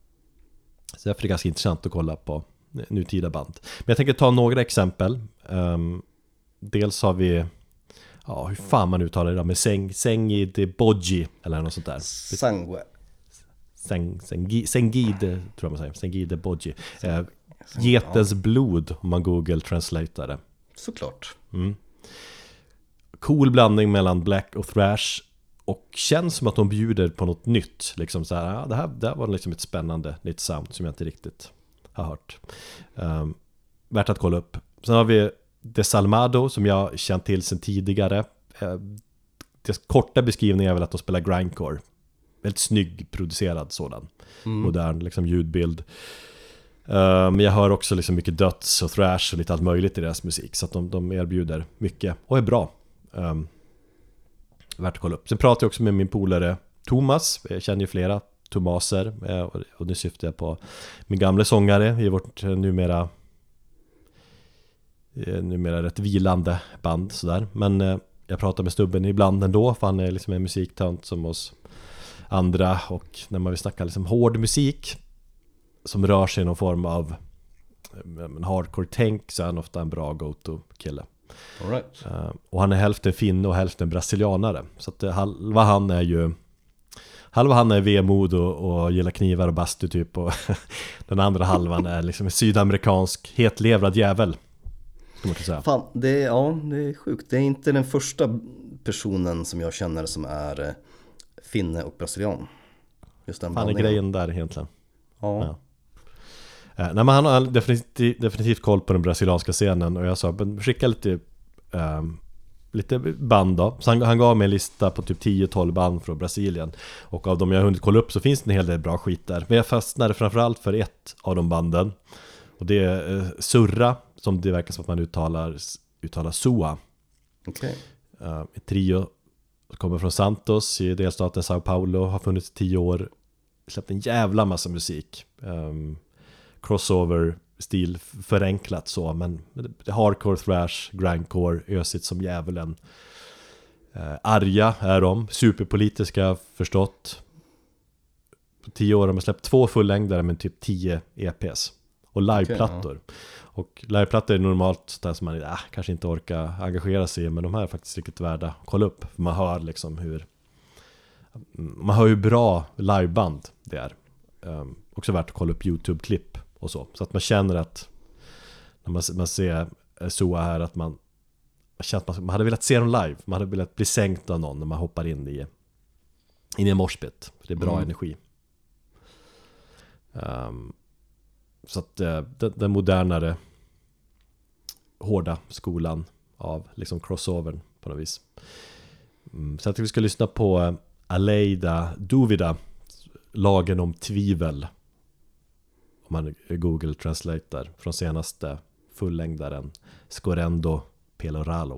Så därför är det ganska intressant att kolla på nutida band. Men jag tänker ta några exempel. Um, dels har vi... Ja, hur fan man uttalar det där med Seng, Sengide Bodji eller något sånt där. Sangue. Seng, sengi, Sengide tror jag man säger. Sengide Bodji. Eh, Getens blod om man Google translatear det. Såklart. Mm. Cool blandning mellan black och thrash. Och känns som att de bjuder på något nytt. Liksom så här, ja, det här, det här var liksom ett spännande nytt sound som jag inte riktigt har hört. Um, värt att kolla upp. Sen har vi Desalmado som jag känt till sedan tidigare. Det korta beskrivningen är väl att de spelar grindcore. Väldigt snygg producerad sådan. Mm. Modern liksom ljudbild. Men jag hör också liksom mycket döds och thrash och lite allt möjligt i deras musik. Så att de, de erbjuder mycket och är bra. Um, värt att kolla upp. Sen pratar jag också med min polare Thomas. Jag känner ju flera Thomaser. Och nu syftar jag på min gamla sångare i vårt numera numera rätt vilande band sådär. Men eh, jag pratar med Stubben ibland ändå, för han är liksom en musiktant som oss andra. Och när man vill snacka liksom hård musik som rör sig i någon form av en hardcore-tänk, så är han ofta en bra go-to-kille. All right. uh, Och han är hälften finne och hälften brasilianare. Så att uh, halva han är ju Halva han är vemod och, och gillar knivar och bastu typ. Och den andra halvan är liksom en sydamerikansk hetlevrad jävel. Fan, det är, ja, det är sjukt. Det är inte den första personen som jag känner som är finne och brasilian. Just den fan är grejen där egentligen. Ja. nej, men han har definitivt, definitivt koll på den brasilianska scenen. Och jag sa, skicka lite um, lite band då. Så han, han gav mig en lista på typ tio tolv band från Brasilien. Och av dem jag har hunnit kolla upp så finns det en hel del bra skit där. Men jag fastnade framförallt för ett av de banden. Och det är uh, Surra, som det verkar som att man uttalar, uttalar Sua. Okej. Okay. Uh, ett trio kommer från Santos i delstaten Sao Paulo. Har funnits i tio år. Släppt en jävla massa musik. Um, crossover stil förenklat så, men det är hardcore, thrash, grindcore, ösigt som djävulen. Uh, arga är de, superpolitiska förstått. På tio år har man släppt två fullängdare med typ tio E P:s. Och liveplattor. Okay, ja. Och liveplattor är normalt där som man äh, kanske inte orkar engagera sig i, men de här är faktiskt riktigt värda att kolla upp. För man hör liksom hur man hör hur bra liveband det är. Um, också värt att kolla upp YouTube-klipp och så. Så att man känner att när man, man ser Sua här att man, man känner att man, man hade velat se dem live. Man hade velat bli sänkt av någon när man hoppar in i in i en moshpit. För det är bra mm. energi. Um, så att uh, den, den modernare hårda skolan av liksom crossovern på något vis. Mm, så att vi ska lyssna på uh, Aleida Duvida, Lagen om tvivel, om man Google translator, från senaste fullängdaren Scorrendo Peloralo.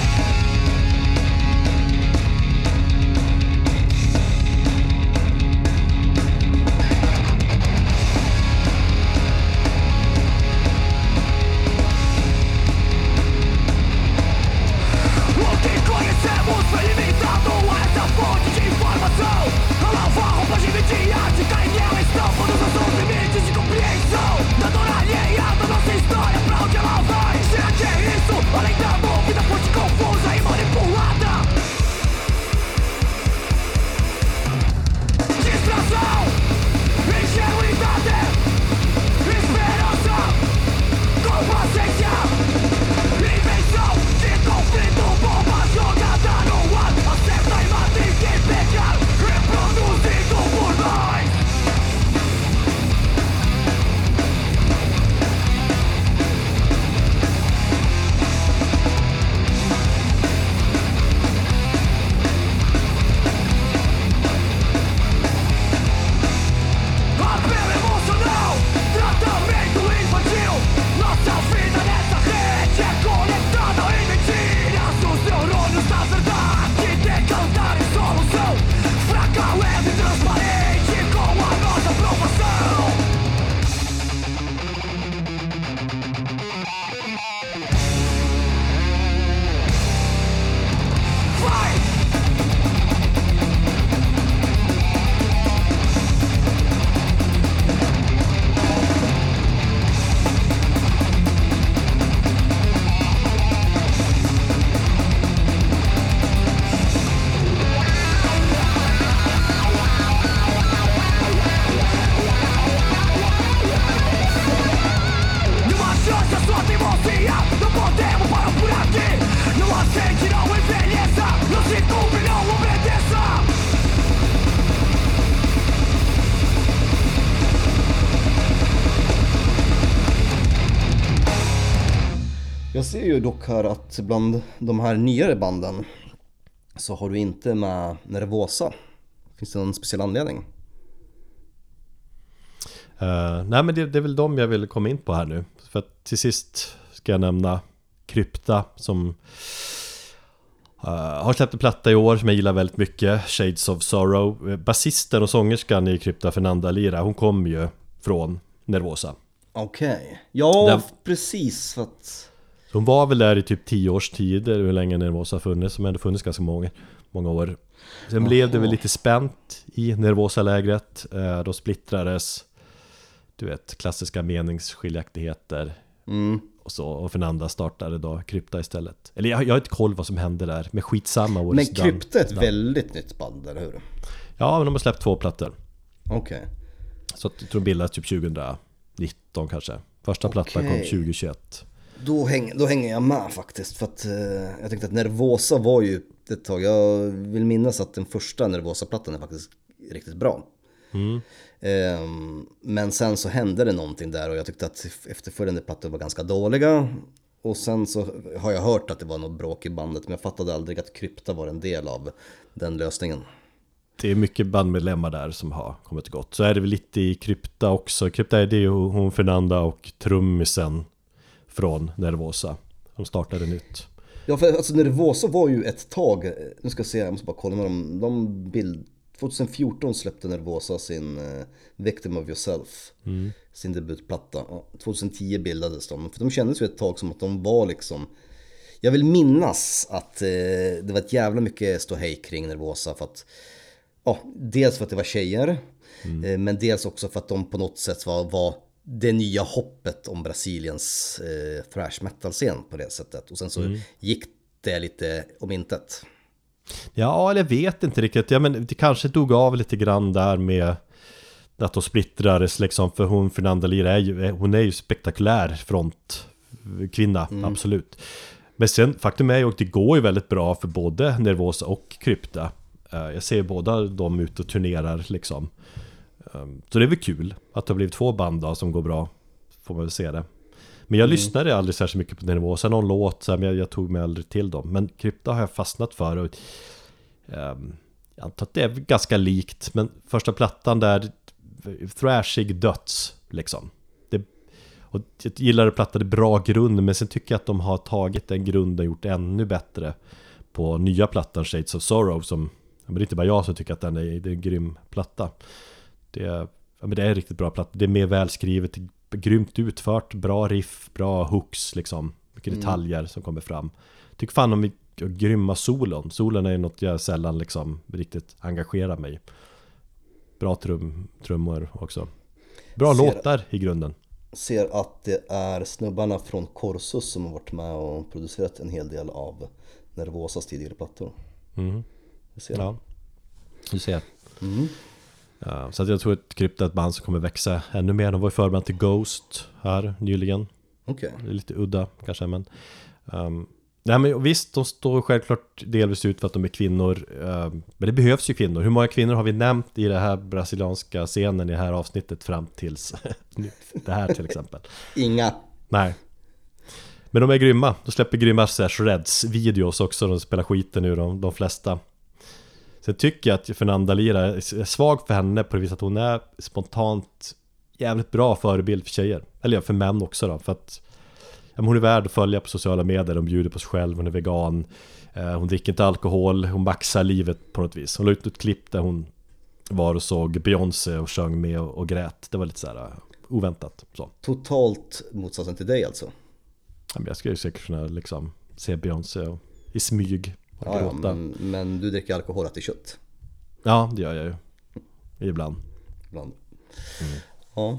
Jag ser ju dock här att bland de här nyare banden så har du inte med Nervosa. Finns det någon speciell anledning? Uh, nej men det, det är väl de jag vill komma in på här nu. För att till sist ska jag nämna Krypta som uh, har släppt en platta i år som jag gillar väldigt mycket, Shades of Sorrow. Basisten och sångerskan i Krypta, Fernanda Lira, hon kommer ju från Nervosa. Okej, okay. Ja Den, precis för att... Hon var väl där i typ tio års tid, hur länge Nervosa funnits, som ändå funnits ganska många, många år. Sen Aha. blev det väl lite spänt i Nervosa-lägret. Då splittrades, du vet, klassiska meningsskiljaktigheter. Mm. Och så, och Fernanda startade då Krypta istället. Eller jag, jag har inte koll vad som hände där, med skitsamma. Men Krypta är ett väldigt nytt band, eller hur? Ja, men de har släppt två plattor. Okej. Okay. Så jag tror de bildades typ tjugonitton kanske. Första okay. plattan kom tjugohundratjugoett. Då, häng, då hänger jag med faktiskt. För att eh, jag tänkte att Nervosa var ju ett tag. Jag vill minnas att den första Nervosa-plattan är faktiskt riktigt bra. Mm. Um, men sen så hände det någonting där och jag tyckte att efterföljande plattor var ganska dåliga. Och sen så har jag hört att det var något bråk i bandet, men jag fattade aldrig att Krypta var en del av den lösningen. Det är mycket bandmedlemmar där som har kommit och gått. Så är det väl lite i Krypta också. Krypta är det ju hon Fernanda och trummisen från Nervosa. De startade nytt. Ja, för alltså Nervosa var ju ett tag, nu ska jag se, jag måste bara kolla med dem. De bild, tjugohundrafjorton släppte Nervosa sin uh, Victim of Yourself, mm. sin debutplatta. Ja, tjugohundratio bildades de, för de kändes ju ett tag som att de var liksom, jag vill minnas att uh, det var ett jävla mycket ståhej kring Nervosa för att, ja, dels för att det var tjejer, mm. uh, men dels också för att de på något sätt var, var det nya hoppet om Brasiliens uh, thrash metal-scen på det sättet. Och sen så mm. gick det lite om intet. Ja, eller jag vet inte riktigt. Ja, men det kanske dog av lite grann där med att de splittrades liksom, för hon Fernanda Lira är ju, hon är ju spektakulär frontkvinna, mm. absolut. Men sen faktum är ju att det går ju väldigt bra för både Nervosa och Krypta. Jag ser båda dem ut och turnerar liksom. Så det är väl kul att det har blivit två band då, som går bra, får man väl se det. Men jag mm. lyssnade aldrig särskilt mycket på Nervosa, någon låt så här, men jag, jag tog mig aldrig till dem. Men Krypta har jag fastnat för och um, jag antar att det är ganska likt, men första plattan där, thrashig döds liksom. Det, och jag gillar att plattan är bra grund, men sen tycker jag att de har tagit den grunden och gjort ännu bättre på nya plattan Shades of Sorrow, som, men det är inte bara jag som tycker att den är, det är en grym platta. Det är, ja, men det är en riktigt bra platta, det är mer välskrivet, grymt utfört, bra riff, bra hooks liksom, mycket detaljer mm. som kommer fram. Tycker fan om grymma solon. Solen är något jag sällan liksom riktigt engagerar mig. Bra trum, trummor också. Bra ser, låtar i grunden. Ser att det är snubbarna från Korsus som har varit med och producerat en hel del av Nervosas tidigare plattor. Mm. Jag ser. Ja, du ser. Mm. Ja, så att jag tror att Krypta är ett band som kommer växa ännu mer. De var ju förberedda till Ghost här nyligen. Okay. Det är lite udda kanske, men um, nej, men visst, de står självklart delvis ut för att de är kvinnor, um, men det behövs ju kvinnor. Hur många kvinnor har vi nämnt i det här brasilianska scenen i det här avsnittet fram tills det här till exempel? Inga. Nej. Men de är grymma. De släpper grymma Shreds-videos också. De spelar skiten ur de, de flesta. Sen tycker jag att Fernanda Lira är svag för henne på det viset att hon är spontant jävligt bra förebild för tjejer. Eller ja, för män också då. För att ja, hon är värd att följa på sociala medier. Hon bjuder på sig själv, hon är vegan. eh, Hon dricker inte alkohol. Hon maxar livet på något vis. Hon la ut ett klipp där hon var och såg Beyoncé och sjöng med och, och grät. Det var lite så här uh, oväntat så. Totalt motsatsen till dig alltså. Ja, men jag skulle ju säkert kunna liksom se Beyoncé och, i smyg. Ja, ja, men, men du dricker alkohol till kött. Ja, det gör jag ju. Ibland. Ibland. Mm. Ja.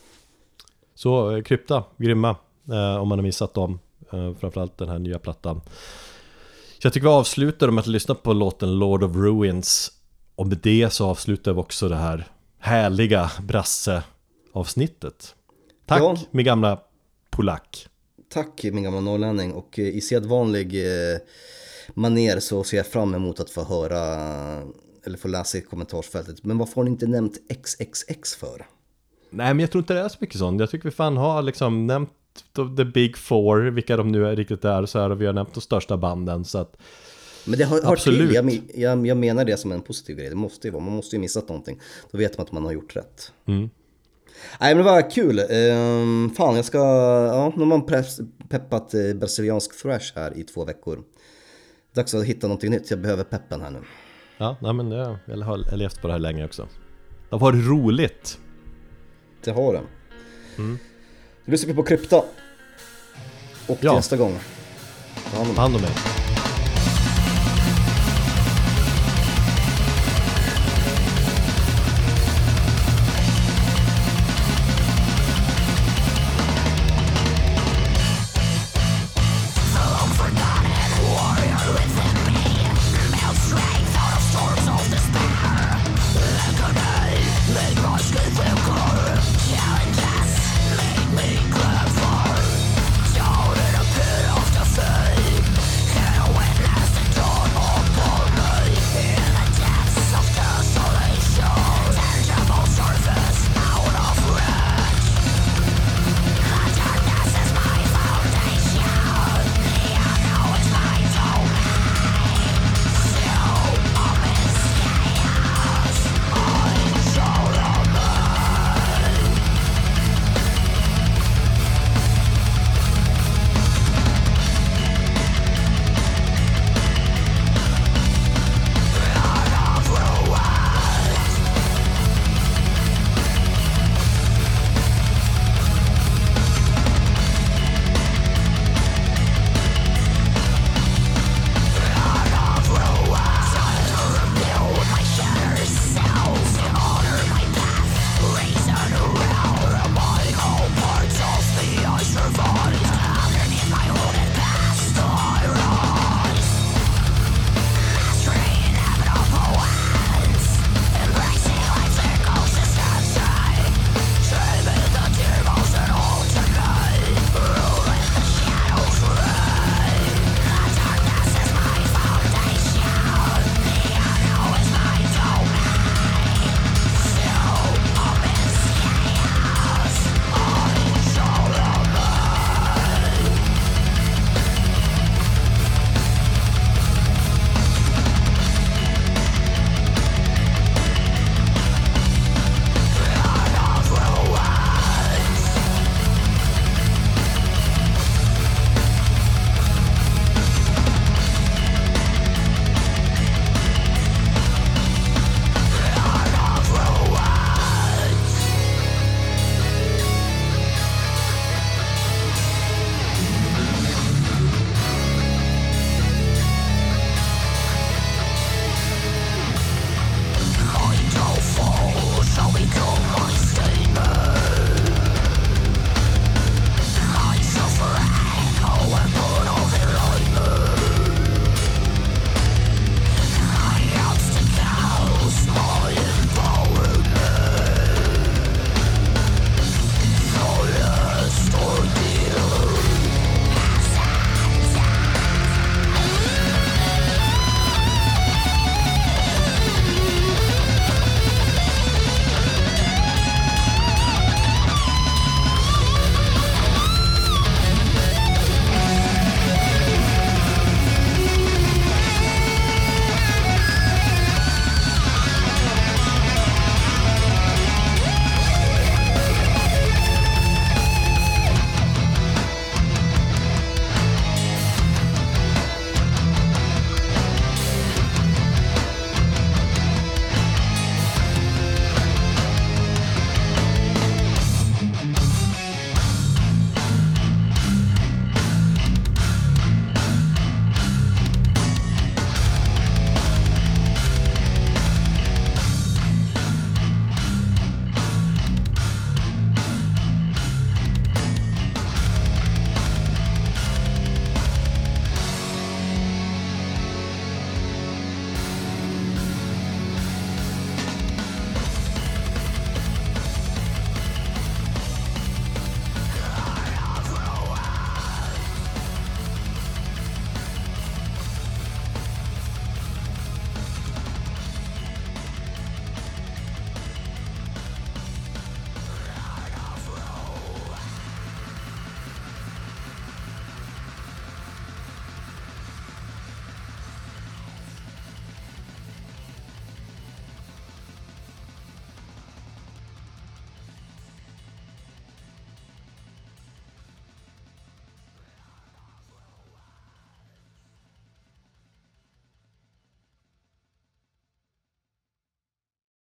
Så Krypta, grymma. Eh, om man har missat dem. Eh, framförallt den här nya plattan. Så jag tycker vi avslutar med att lyssna på låten Lord of Ruins. Och med det så avslutar vi också det här härliga brasse-avsnittet. Tack, ja. Min gamla polack. Tack, min gamla norrlänning. Och i sedvanlig eh, maner så ser jag fram emot att få höra eller få läsa i kommentarsfältet. Men varför har ni inte nämnt X X X för? Nej, men jag tror inte det är så mycket sånt. Jag tycker vi fan har liksom nämnt the big four, vilka de nu är riktigt är så här, och vi har nämnt de största banden så att men det har hört till. Jag, jag, jag menar det som en positiv grej. Det måste ju vara, man måste ju missat någonting. Då vet man att man har gjort rätt. Mm. Nej, men det var kul. Um, fan, jag ska, ja, nu har man peppat eh, brasiliansk thrash här i två veckor. Dags att hitta någonting nytt. Jag behöver peppen här nu. Ja, nej, men jag, jag har levt på det här länge också. Det har varit roligt. Det har det. Mm. Nu lyssnar vi på Krypta. Och ja. nästa gång. Ta hand om mig.